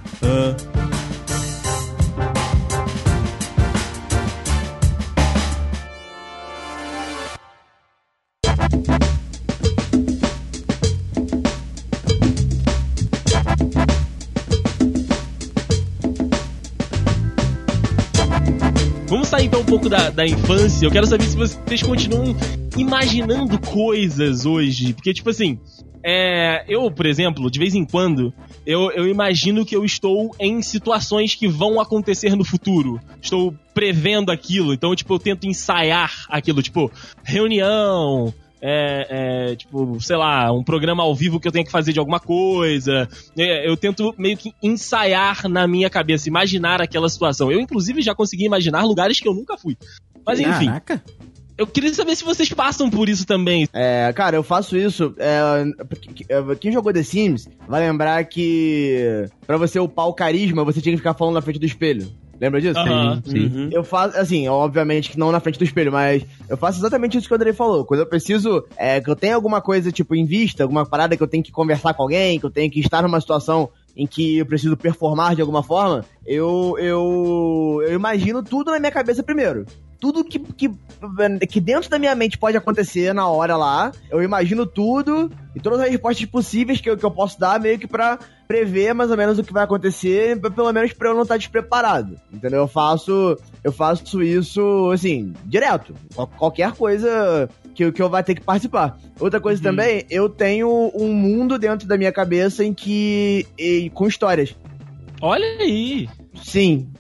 Vamos sair então um pouco da infância. Eu quero saber se vocês continuam imaginando coisas hoje. Porque, tipo assim, eu, por exemplo, de vez em quando, eu imagino que eu estou em situações que vão acontecer no futuro. Estou prevendo aquilo. Então, tipo, eu tento ensaiar aquilo. Tipo, reunião... tipo, sei lá, um programa ao vivo que eu tenho que fazer de alguma coisa. Eu tento meio que ensaiar na minha cabeça, imaginar aquela situação. Eu, inclusive, já consegui imaginar lugares que eu nunca fui. Mas, enfim. Caraca. Eu queria saber se vocês passam por isso também. Cara, eu faço isso. Quem jogou The Sims vai lembrar que pra você upar o carisma, você tinha que ficar falando na frente do espelho. Lembra disso? Sim. Eu faço, assim, obviamente que não na frente do espelho, mas eu faço exatamente isso que o Andrei falou. Quando eu preciso, que eu tenho alguma coisa, tipo, em vista, alguma parada que eu tenho que conversar com alguém, que eu tenho que estar numa situação em que eu preciso performar de alguma forma, eu imagino tudo na minha cabeça primeiro. Tudo que dentro da minha mente pode acontecer na hora lá, eu imagino tudo e todas as respostas possíveis que eu posso dar meio que pra prever mais ou menos o que vai acontecer, pelo menos pra eu não estar despreparado, entendeu? Eu faço isso, assim, direto. Qualquer coisa que eu vá ter que participar. Outra coisa também, eu tenho um mundo dentro da minha cabeça com histórias. Olha aí! Sim,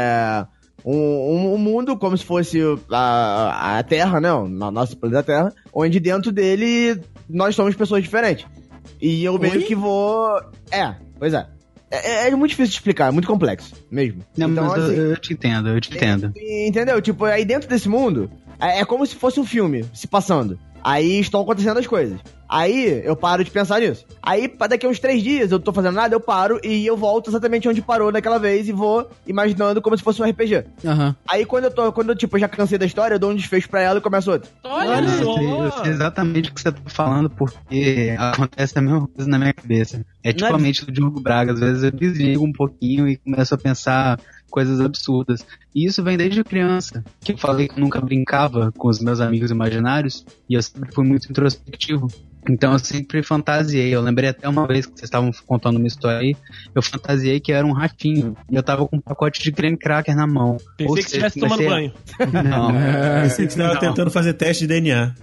um mundo como se fosse a Terra, né? Nosso planeta Terra, onde dentro dele nós somos pessoas diferentes. E eu meio que vou... Pois é. É muito difícil de explicar, é muito complexo mesmo. Não, então, mas assim, eu te entendo. Entendeu? Tipo, aí dentro desse mundo, é como se fosse um filme se passando. Aí estão acontecendo as coisas. Aí eu paro de pensar nisso. Aí, daqui a uns 3 dias, eu tô fazendo nada, eu paro e eu volto exatamente onde parou daquela vez e vou imaginando como se fosse um RPG. Aham. Aí quando eu tipo, já cansei da história, eu dou um desfecho pra ela e começo outra. Olha só! Eu sei exatamente o que você tá falando, porque acontece a mesma coisa na minha cabeça. É tipo Não é- a mente do Diogo Braga. Às vezes eu desligo um pouquinho e começo a pensar coisas absurdas. E isso vem desde criança. Que eu falei que eu nunca brincava com os meus amigos imaginários e eu sempre fui muito introspectivo. Então eu sempre fantasiei. Eu lembrei até uma vez que vocês estavam contando uma história aí, eu fantasiei que eu era um ratinho. E eu tava com um pacote de creme cracker na mão. Pensei que estivesse tomando banho. Não. Pensei que você tava tentando fazer teste de DNA.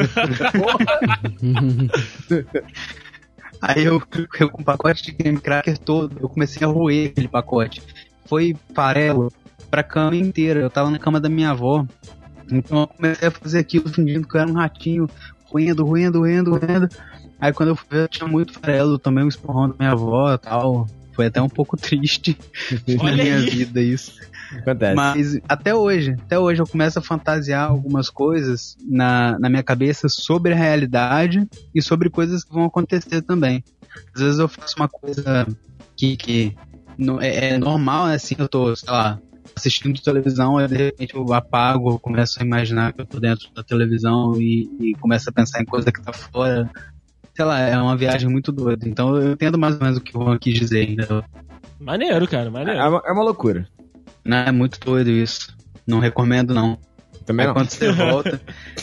Aí eu com o pacote de creme cracker todo, eu comecei a roer aquele pacote. Foi farelo pra cama inteira. Eu tava na cama da minha avó. Então eu comecei a fazer aquilo fingindo que eu era um ratinho, roendo. Aí quando eu fui ver, eu tinha muito farelo, eu tomei um esporrão da minha avó e tal. Foi até um pouco triste na Olha minha aí. vida isso. Acontece. Mas até hoje eu começo a fantasiar algumas coisas na minha cabeça sobre a realidade e sobre coisas que vão acontecer também. Às vezes eu faço uma coisa que é normal, né? Assim, eu tô, sei lá, assistindo televisão, aí de repente eu apago, eu começo a imaginar que eu tô dentro da televisão e começo a pensar em coisa que tá fora. Sei lá, é uma viagem muito doida. Então eu entendo mais ou menos o que o Juan quis dizer ainda. Maneiro, cara, maneiro. É uma loucura. Não, é muito doido isso. Não recomendo, não. Também Aí não. quando você volta.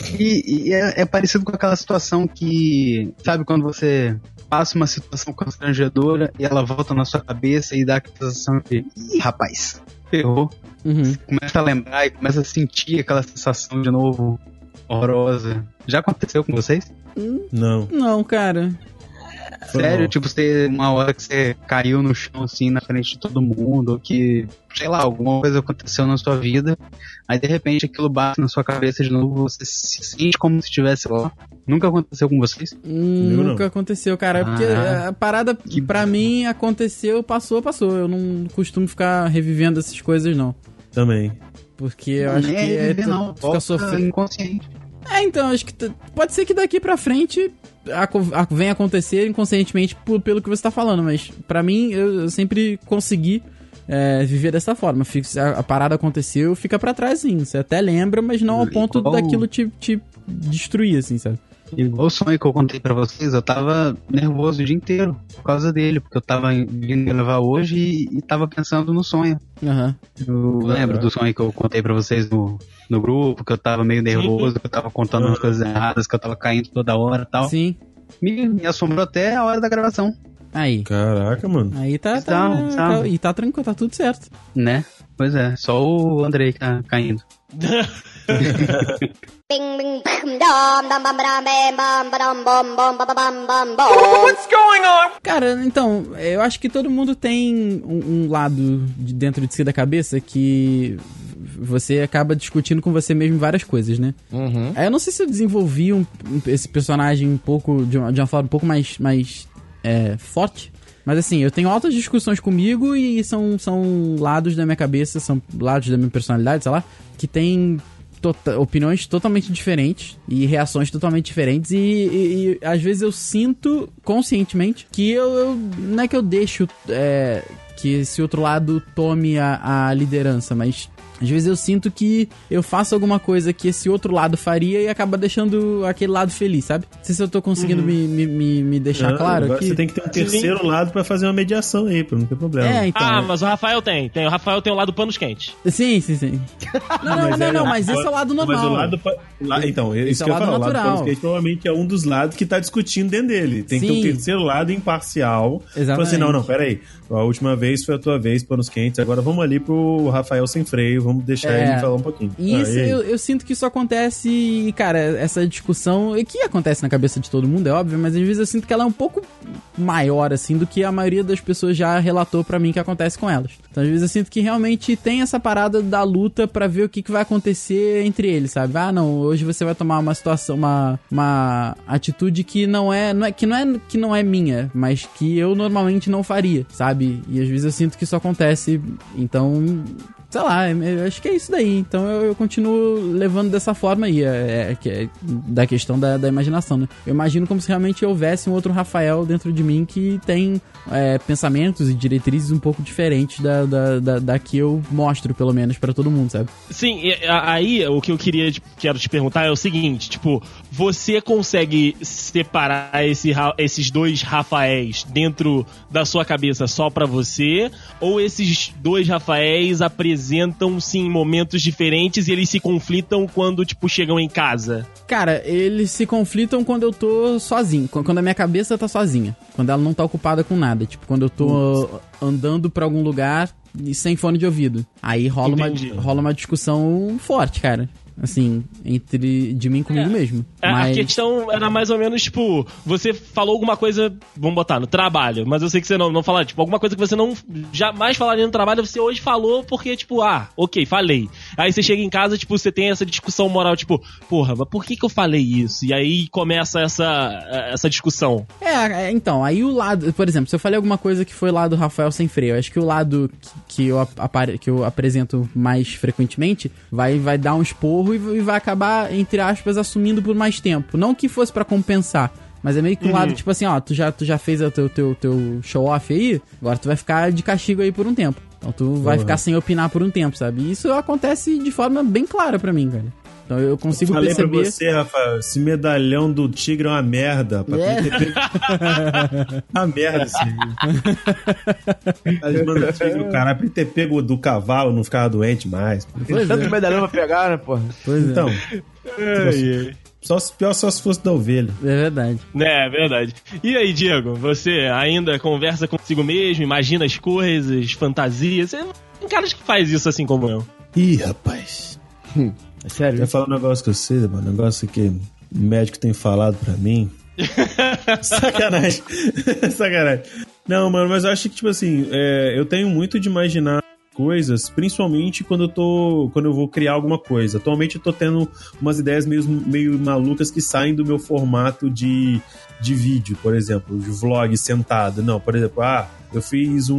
E é parecido com aquela situação que, sabe, quando você passa uma situação constrangedora e ela volta na sua cabeça e dá aquela sensação de, ih, rapaz, ferrou. Uhum. Começa a lembrar e começa a sentir aquela sensação de novo horrorosa. Já aconteceu com vocês? Não. Não, cara. Foi Sério? mal. Tipo, uma hora que você caiu no chão assim na frente de todo mundo, ou que, sei lá, alguma coisa aconteceu na sua vida, aí de repente aquilo bate na sua cabeça de novo, você se sente como se estivesse lá. Nunca aconteceu com vocês? Nunca aconteceu, cara. Porque Ah, a parada, que pra mim, aconteceu, passou. Eu não costumo ficar revivendo essas coisas, não. Também. Porque eu acho que não, fica volta sofrendo. inconsciente. Então, acho que pode ser que daqui pra frente venha acontecer inconscientemente pelo que você tá falando, mas pra mim, eu sempre consegui viver dessa forma. A parada aconteceu, fica pra trás, sim. Você até lembra, mas não ao ponto Igual- daquilo te destruir, assim, sabe? Igual o sonho que eu contei pra vocês, eu tava nervoso o dia inteiro por causa dele, porque eu tava vindo gravar hoje e tava pensando no sonho. Aham. Eu lembro do sonho que eu contei pra vocês no grupo, que eu tava meio nervoso, que eu tava contando umas coisas erradas, que eu tava caindo toda hora e tal. Sim. Me assombrou até a hora da gravação, Aí. Caraca, mano. Aí tá Bizarro. e tá tranquilo, tá tudo certo. né? Pois é, só o Andrei que tá caindo. Cara, então, eu acho que todo mundo tem um lado dentro de si da cabeça que você acaba discutindo com você mesmo várias coisas, né? Uhum. Aí eu não sei se eu desenvolvi esse personagem um pouco de uma forma um pouco mais forte. Mas assim, eu tenho altas discussões comigo e são lados da minha cabeça, são lados da minha personalidade, sei lá, que tem opiniões totalmente diferentes e reações totalmente diferentes e às vezes eu sinto conscientemente que eu não é que eu deixo que esse outro lado tome a liderança, mas às vezes eu sinto que eu faço alguma coisa que esse outro lado faria e acaba deixando aquele lado feliz, sabe? Não sei se eu tô conseguindo me deixar claro agora aqui. você tem que ter um terceiro lado pra fazer uma mediação aí, pra não ter problema. Então. Ah, mas o Rafael tem. O Rafael tem o lado panos quentes. Sim. Não, mas esse é o lado normal. Mas o lado... Então, isso é que o eu lado falo. O lado natural. panos quentes provavelmente é um dos lados que tá discutindo dentro dele. Tem que ter um Sim. terceiro lado imparcial. Exatamente. Fala assim, não, peraí. A última vez foi a tua vez, panos quentes. Agora vamos ali pro Rafael sem freio. Vamos deixar ele falar um pouquinho. E isso, e aí? eu sinto que isso acontece e, cara, essa discussão, que acontece na cabeça de todo mundo, é óbvio, mas às vezes eu sinto que ela é um pouco maior, assim, do que a maioria das pessoas já relatou pra mim que acontece com elas. Então, às vezes eu sinto que realmente tem essa parada da luta pra ver o que vai acontecer entre eles, sabe? Ah, não, hoje você vai tomar uma situação, uma atitude que não é minha, mas que eu normalmente não faria, sabe? E às vezes eu sinto que isso acontece, então sei lá, eu acho que é isso daí. Então eu continuo levando dessa forma aí, da questão da imaginação, né? Eu imagino como se realmente houvesse um outro Rafael dentro de mim que tem pensamentos e diretrizes um pouco diferentes da que eu mostro, pelo menos, pra todo mundo, sabe? Sim, aí o que eu quero te perguntar é o seguinte, tipo, você consegue separar esses dois Rafaéis dentro da sua cabeça só pra você, ou esses dois Rafaéis apresentam-se em momentos diferentes e eles se conflitam quando, tipo, chegam em casa? Cara, eles se conflitam quando eu tô sozinho, quando a minha cabeça tá sozinha, quando ela não tá ocupada com nada, tipo, quando eu tô andando pra algum lugar e sem fone de ouvido. Aí rola uma discussão forte, cara. Assim, de mim comigo mesmo. A questão era mais ou menos, tipo, você falou alguma coisa, vamos botar, no trabalho, mas eu sei que você não falar, tipo, alguma coisa que você não jamais falaria no trabalho, você hoje falou porque, tipo, ok, falei. Aí você chega em casa, tipo, você tem essa discussão moral, tipo, porra, mas por que eu falei isso? E aí começa essa discussão. Então, aí o lado, por exemplo, se eu falei alguma coisa que foi lá do Rafael sem freio, acho que o lado que eu apresento mais frequentemente vai dar um esporro e vai acabar, entre aspas, assumindo por mais tempo. Não que fosse pra compensar, mas é meio que um lado, tipo assim, ó, tu já fez o teu show-off aí, agora tu vai ficar de castigo aí por um tempo. Então tu vai ficar sem opinar por um tempo, sabe? E isso acontece de forma bem clara pra mim, cara. Então eu consigo perceber... Falei pra você, Rafael, esse medalhão do tigre é uma merda. Uma merda esse cara, pra ele ter pego do cavalo, não ficava doente mais. Tanto medalhão pra pegar, né, porra? Então... Pior só se fosse da ovelha. É verdade. É verdade. E aí, Diego, você ainda conversa consigo mesmo, imagina as coisas, fantasias? Tem caras que faz isso assim como eu. Ih, rapaz. É sério? Quer falar um negócio que eu sei, mano? Um negócio que o médico tem falado pra mim. Sacanagem. Sacanagem. Não, mano, mas eu acho que, tipo assim, eu tenho muito de imaginar coisas, principalmente quando eu vou criar alguma coisa. Atualmente eu tô tendo umas ideias meio malucas que saem do meu formato de vídeo, por exemplo, de vlog sentado. Não, por exemplo, eu fiz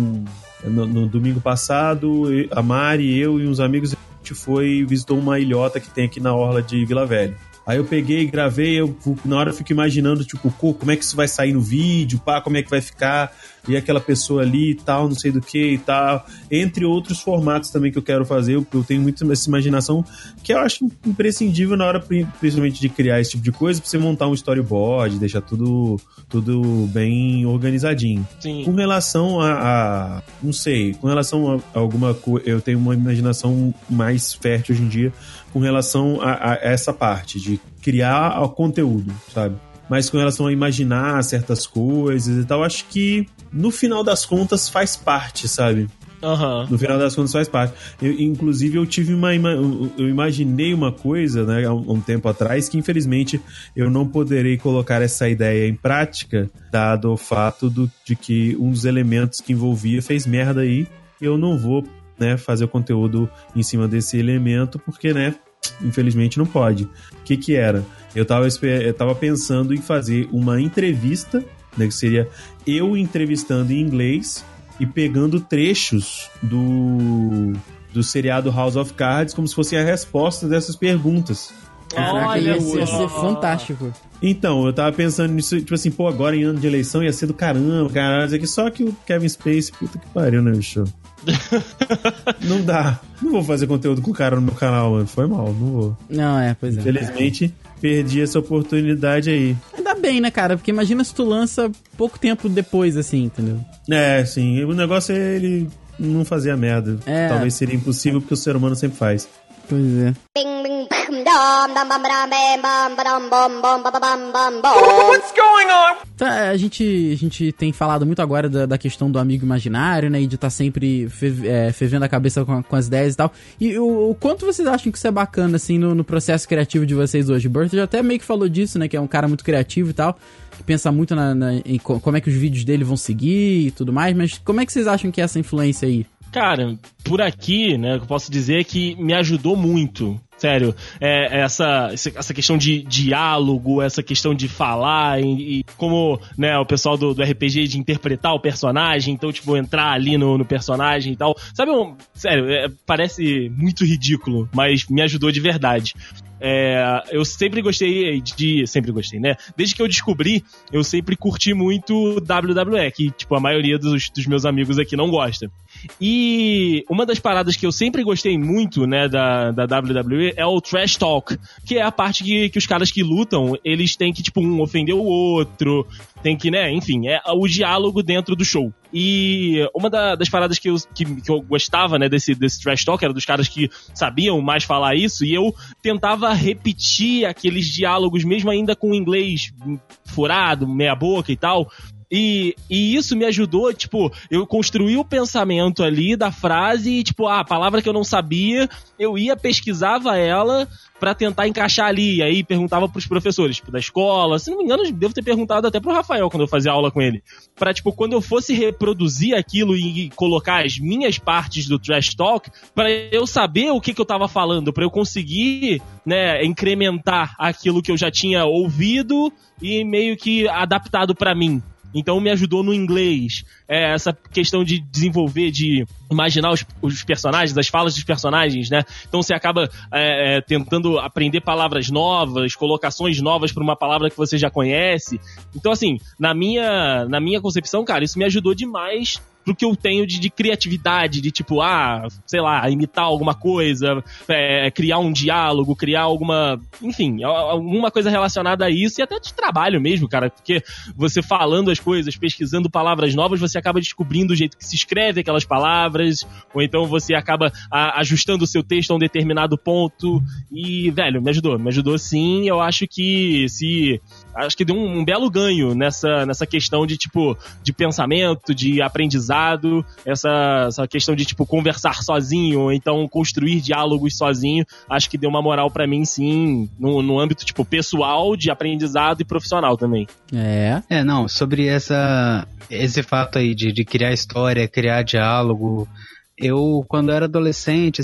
no domingo passado, a Mari, eu e uns amigos, a gente visitou uma ilhota que tem aqui na orla de Vila Velha. Aí eu peguei, gravei, na hora eu fico imaginando, tipo, como é que isso vai sair no vídeo, como é que vai ficar, e aquela pessoa ali e tal, não sei do que e tal, entre outros formatos também que eu quero fazer. Eu tenho muito essa imaginação que eu acho imprescindível na hora, principalmente, de criar esse tipo de coisa, pra você montar um storyboard, deixar tudo bem organizadinho. Sim. Com relação não sei, com relação a alguma coisa, eu tenho uma imaginação mais fértil hoje em dia com relação a essa parte de criar conteúdo, sabe? Mas com relação a imaginar certas coisas e tal, acho que no final das contas faz parte, sabe? Uhum. No final das contas faz parte. Inclusive eu imaginei uma coisa, né, há um tempo atrás, que infelizmente eu não poderei colocar essa ideia em prática, dado o fato de que um dos elementos que envolvia fez merda aí, e eu não vou, né, fazer o conteúdo em cima desse elemento, porque, né, infelizmente não pode. O que era? Eu tava pensando em fazer uma entrevista, né, que seria eu entrevistando em inglês e pegando trechos do seriado House of Cards como se fosse a resposta dessas perguntas. Caraca, ia ser fantástico. Então, eu tava pensando nisso, tipo assim, agora em ano de eleição ia ser do caramba, só que o Kevin Spacey, puta que pariu, né, bicho? Não dá. Não vou fazer conteúdo com o cara no meu canal, mano. Foi mal, não vou. Não, pois é. Infelizmente, perdi essa oportunidade aí. Ainda bem, né, cara? Porque imagina se tu lança pouco tempo depois, assim, entendeu? Sim. O negócio é ele não fazer a merda. Talvez seria impossível, porque o ser humano sempre faz. Pois é. What's going on? Tá, a gente tem falado muito agora da questão do amigo imaginário, né? E de estar sempre fervendo a cabeça com as ideias e tal. E o quanto vocês acham que isso é bacana, assim, no processo criativo de vocês hoje? O Burt já até meio que falou disso, né? Que é um cara muito criativo e tal. Que pensa muito em como é que os vídeos dele vão seguir e tudo mais. Mas como é que vocês acham que é essa influência aí? Cara, por aqui, né, o que eu posso dizer é que me ajudou muito Sério, essa questão de diálogo, essa questão de falar e como, né, o pessoal do RPG de interpretar o personagem, então, tipo, entrar ali no personagem e tal. Sabe, sério, parece muito ridículo, mas me ajudou de verdade. Eu sempre gostei, né? Desde que eu descobri, eu sempre curti muito WWE, que, tipo, a maioria dos meus amigos aqui não gosta. E uma das paradas que eu sempre gostei muito, né, da WWE é o Trash Talk, que é a parte que os caras que lutam, eles têm que, tipo, um ofender o outro, tem que, né, enfim, é o diálogo dentro do show. E uma das paradas que eu gostava, né, desse Trash Talk era dos caras que sabiam mais falar isso, e eu tentava repetir aqueles diálogos, mesmo ainda com o inglês furado, meia boca e tal. E isso me ajudou, tipo, eu construí o pensamento ali da frase e, tipo, a palavra que eu não sabia, eu ia, pesquisava ela pra tentar encaixar ali, e aí perguntava pros professores, tipo, da escola, se não me engano, eu devo ter perguntado até pro Rafael quando eu fazia aula com ele, pra, tipo, quando eu fosse reproduzir aquilo e colocar as minhas partes do Trash Talk, pra eu saber o que eu tava falando, pra eu conseguir, né, incrementar aquilo que eu já tinha ouvido e meio que adaptado pra mim. Então me ajudou no inglês, essa questão de desenvolver, de imaginar os personagens, as falas dos personagens, né? Então você acaba tentando aprender palavras novas, colocações novas para uma palavra que você já conhece. Então, assim, na minha concepção, cara, isso me ajudou demais pro que eu tenho de criatividade, de tipo, sei lá, imitar alguma coisa, criar um diálogo, criar alguma coisa relacionada a isso, e até de trabalho mesmo, cara, porque você falando as coisas, pesquisando palavras novas, você acaba descobrindo o jeito que se escreve aquelas palavras, ou então você acaba ajustando o seu texto a um determinado ponto, e, velho, me ajudou sim. Eu acho que deu um belo ganho nessa questão de, tipo, de pensamento, de aprendizado, essa questão de, tipo, conversar sozinho, ou então construir diálogos sozinho. Acho que deu uma moral pra mim, sim, no âmbito, tipo, pessoal, de aprendizado e profissional também. Não, sobre esse fato aí de criar história, criar diálogo, eu, quando era adolescente,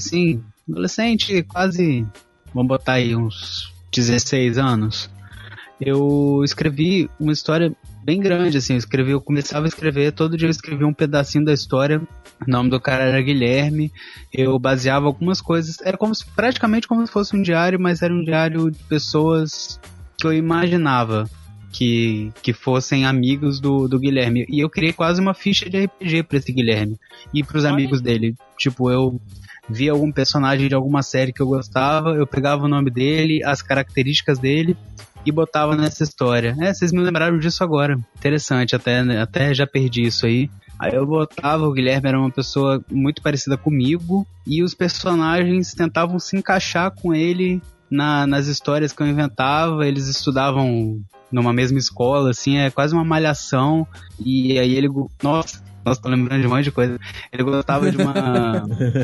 quase, vamos botar aí uns 16 anos, eu escrevi uma história bem grande, assim, eu começava a escrever, todo dia eu escrevia um pedacinho da história, o nome do cara era Guilherme, eu baseava algumas coisas, era praticamente como se fosse um diário, mas era um diário de pessoas que eu imaginava que fossem amigos do Guilherme, e eu criei quase uma ficha de RPG pra esse Guilherme, e pros amigos dele, tipo, eu via algum personagem de alguma série que eu gostava, eu pegava o nome dele, as características dele, e botava nessa história. Vocês me lembraram disso agora. Interessante, até já perdi isso aí. Aí eu botava, o Guilherme era uma pessoa muito parecida comigo, e os personagens tentavam se encaixar com ele nas histórias que eu inventava. Eles estudavam numa mesma escola, assim, é quase uma malhação, e aí ele... Nossa, tô lembrando de um monte de coisa. Ele gostava de uma...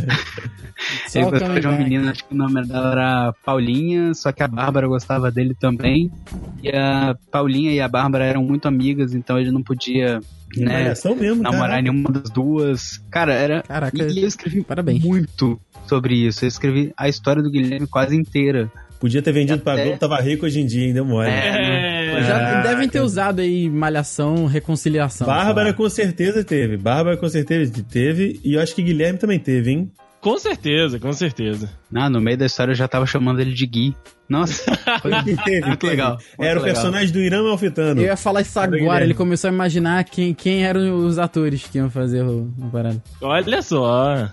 Ele gostava de uma menina, acho que o nome dela era Paulinha, só que a Bárbara gostava dele também. E a Paulinha e a Bárbara eram muito amigas, então ele não podia, né, namorar nenhuma das duas. Cara, era... Caraca, e eu escrevi muito sobre isso. Eu escrevi a história do Guilherme quase inteira. Podia ter vendido pra Globo, tava rico hoje em dia, ainda mole. Já devem ter usado aí Malhação, Reconciliação. Bárbara com certeza teve. E eu acho que Guilherme também teve, hein? Com certeza. No meio da história eu já tava chamando ele de Gui. Nossa, foi muito legal. Era o personagem do Irã Malfitano. Eu ia falar isso agora, ele começou a imaginar quem eram os atores que iam fazer o parada. Olha só.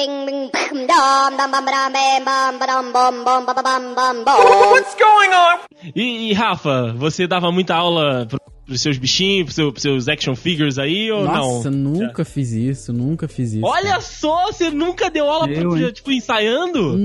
What's going on? E Rafa, você dava muita aula pros seus bichinhos, pros seus action figures aí, ou não? Nossa, nunca fiz isso. Olha só, você nunca deu aula tipo, ensaiando?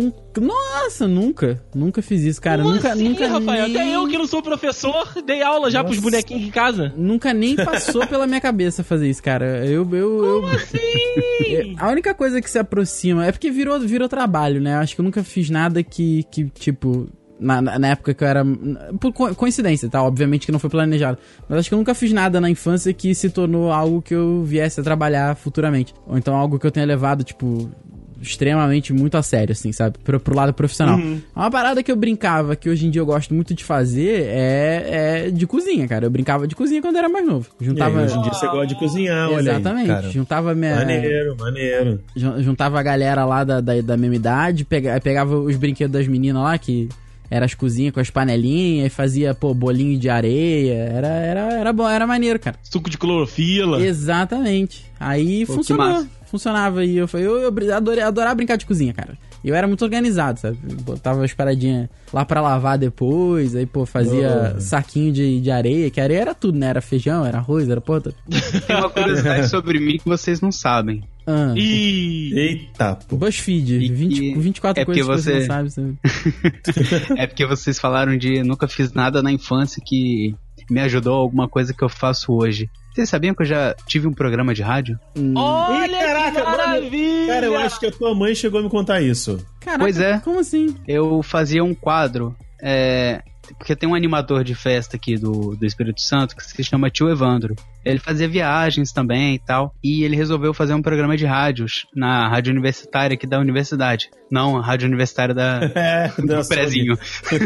Nunca fiz isso, cara. Como nunca, Rafael? nem... Até eu que não sou professor, dei aula já pros bonequinhos em casa. Nunca nem passou pela minha cabeça fazer isso, cara. Como assim? A única coisa que se aproxima... É porque virou trabalho, né? Acho que eu nunca fiz nada que tipo... Na época que eu era... Por coincidência, tá? Obviamente que não foi planejado. Mas acho que eu nunca fiz nada na infância que se tornou algo que eu viesse a trabalhar futuramente. Ou então algo que eu tenha levado, tipo... extremamente muito a sério, assim, sabe? Pro lado profissional. Uma parada que eu brincava, que hoje em dia eu gosto muito de fazer, é de cozinha, cara. Eu brincava de cozinha quando era mais novo. Juntava... Hoje em dia você gosta de cozinhar, olha aí. Exatamente. Juntava minha... Maneiro. Juntava a galera lá da mesma idade, pegava os brinquedos das meninas lá, que era as cozinhas com as panelinhas, e fazia, bolinho de areia. Era bom, era maneiro, cara. Suco de clorofila. Exatamente. Aí funcionava. E eu adorava brincar de cozinha, cara. E eu era muito organizado, sabe? Botava as paradinhas lá pra lavar depois, aí, fazia saquinho de areia, que areia era tudo, né? Era feijão, era arroz, era porra. Tem uma curiosidade sobre mim que vocês não sabem. Eita, pô. BuzzFeed, 24 coisas que você não sabe. Sabe? É porque vocês falaram de nunca fiz nada na infância que me ajudou a alguma coisa que eu faço hoje. Vocês sabiam que eu já tive um programa de rádio? Olha, caraca, que maravilha! Cara, eu acho que a tua mãe chegou a me contar isso. Caraca, pois é. Como assim? Eu fazia um quadro, porque tem um animador de festa aqui do Espírito Santo que se chama Tio Evandro. Ele fazia viagens também e tal, e ele resolveu fazer um programa de rádios na rádio universitária aqui da universidade. Não, a rádio universitária do prezinho.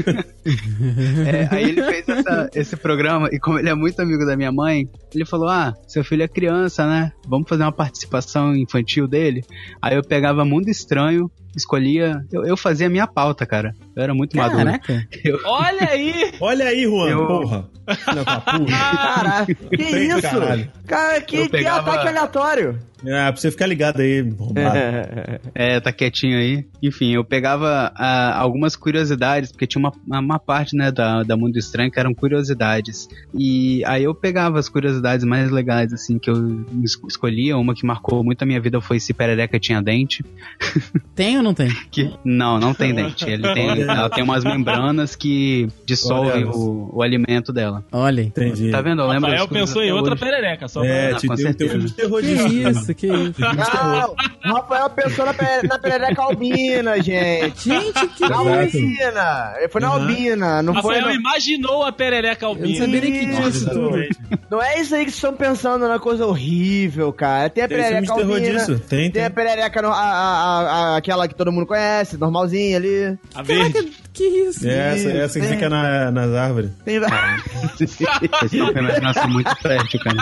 Aí ele fez esse programa, e como ele é muito amigo da minha mãe, ele falou, seu filho é criança, né? Vamos fazer uma participação infantil dele? Aí eu pegava Mundo Estranho, escolhia... Eu fazia a minha pauta, cara. Eu era muito maduro. Caraca. Olha aí! Olha aí, Juan, porra. Caraca, que isso? Caralho. Cara, que ataque aleatório. Pra você ficar ligado aí, bombado. Tá quietinho aí. Enfim, eu pegava algumas curiosidades, porque tinha uma parte, né, da Mundo Estranho que eram curiosidades. E aí eu pegava as curiosidades mais legais, assim, que eu escolhia. Uma que marcou muito a minha vida foi se perereca tinha dente. Tem ou não tem? Não tem dente. Ela tem umas membranas que dissolvem o alimento dela. Olha. Entendi. Tá vendo? Eu lembro. Rafael pensou em outra perereca, só com filme de terror Que isso? Não, o Rafael pensou na perereca albina, gente. Gente, que Na albina. Ele foi na albina, não Rafael foi... imaginou a perereca Eu albina. não sabia nem que tinha isso tudo. Não é isso aí que vocês estão pensando na coisa horrível, cara. Tem a perereca albina. Tem a perereca, aquela que todo mundo conhece, normalzinha ali. A verde. Caraca, que isso? Essa que fica nas árvores. Tem... Vocês estão com a imaginação muito fértil, cara.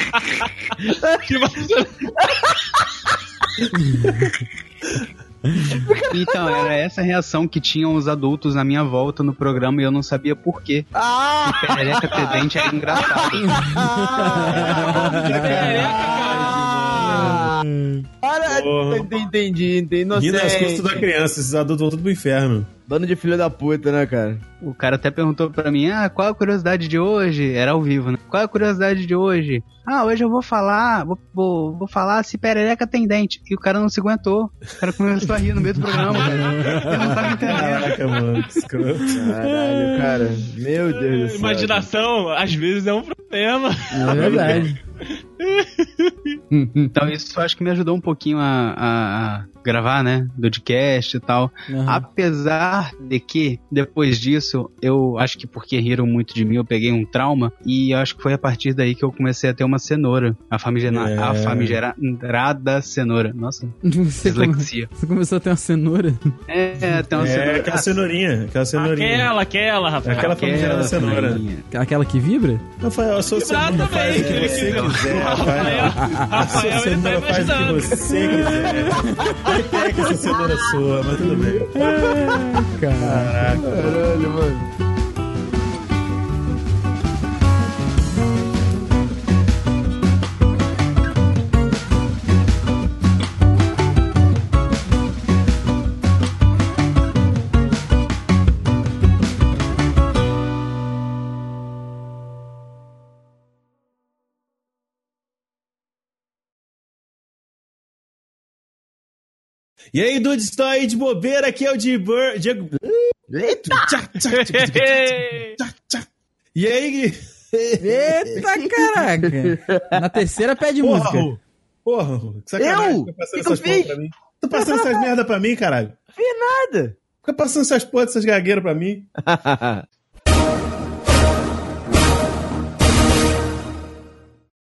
Então, era essa reação que tinham os adultos na minha volta no programa e eu não sabia por quê. Que perereca ter dente era engraçado. Olha, entendi. E nas costas da criança, esses adultos vão tudo pro inferno. Bando de filho da puta, né, cara? O cara até perguntou pra mim, qual a curiosidade de hoje? Era ao vivo, né? Qual a curiosidade de hoje? Hoje eu vou falar, vou falar se perereca tem dente. E o cara não se aguentou. O cara começou a rir no meio do programa, cara. Eu não tava entendendo. Caraca, mano, que escroto. Caralho, cara. Meu Deus do céu. Imaginação, às vezes, é um problema. É verdade. Então isso acho que me ajudou um pouquinho a gravar, né, podcast e tal. Apesar de que depois disso, eu acho que porque riram muito de mim, eu peguei um trauma e acho que foi a partir daí que eu comecei a ter uma cenoura, a famigerada cenoura. Nossa, dislexia. Você começou a ter uma cenoura? Tem uma cenoura. Aquela cenourinha. Aquela, rapaz. Aquela famigerada cenoura. Aquela que vibra? Rafael, a sua cenoura faz o que você quiser, Rafael. A sua cenoura faz o que você quiser. Até que essa cenoura sua, mas tudo bem. Caraca. Caralho, mano. E aí, dudes, estão aí de bobeira? Aqui é o Diego. Eita! E aí? Eita, caraca! Na terceira pede música. Porra, que sacanagem. Eu? Fica passando Que eu essas porra fiz? pra mim. Tô passando essas merda pra mim, caralho. Fiz nada. Fica passando essas porra, essas gagueiras pra mim.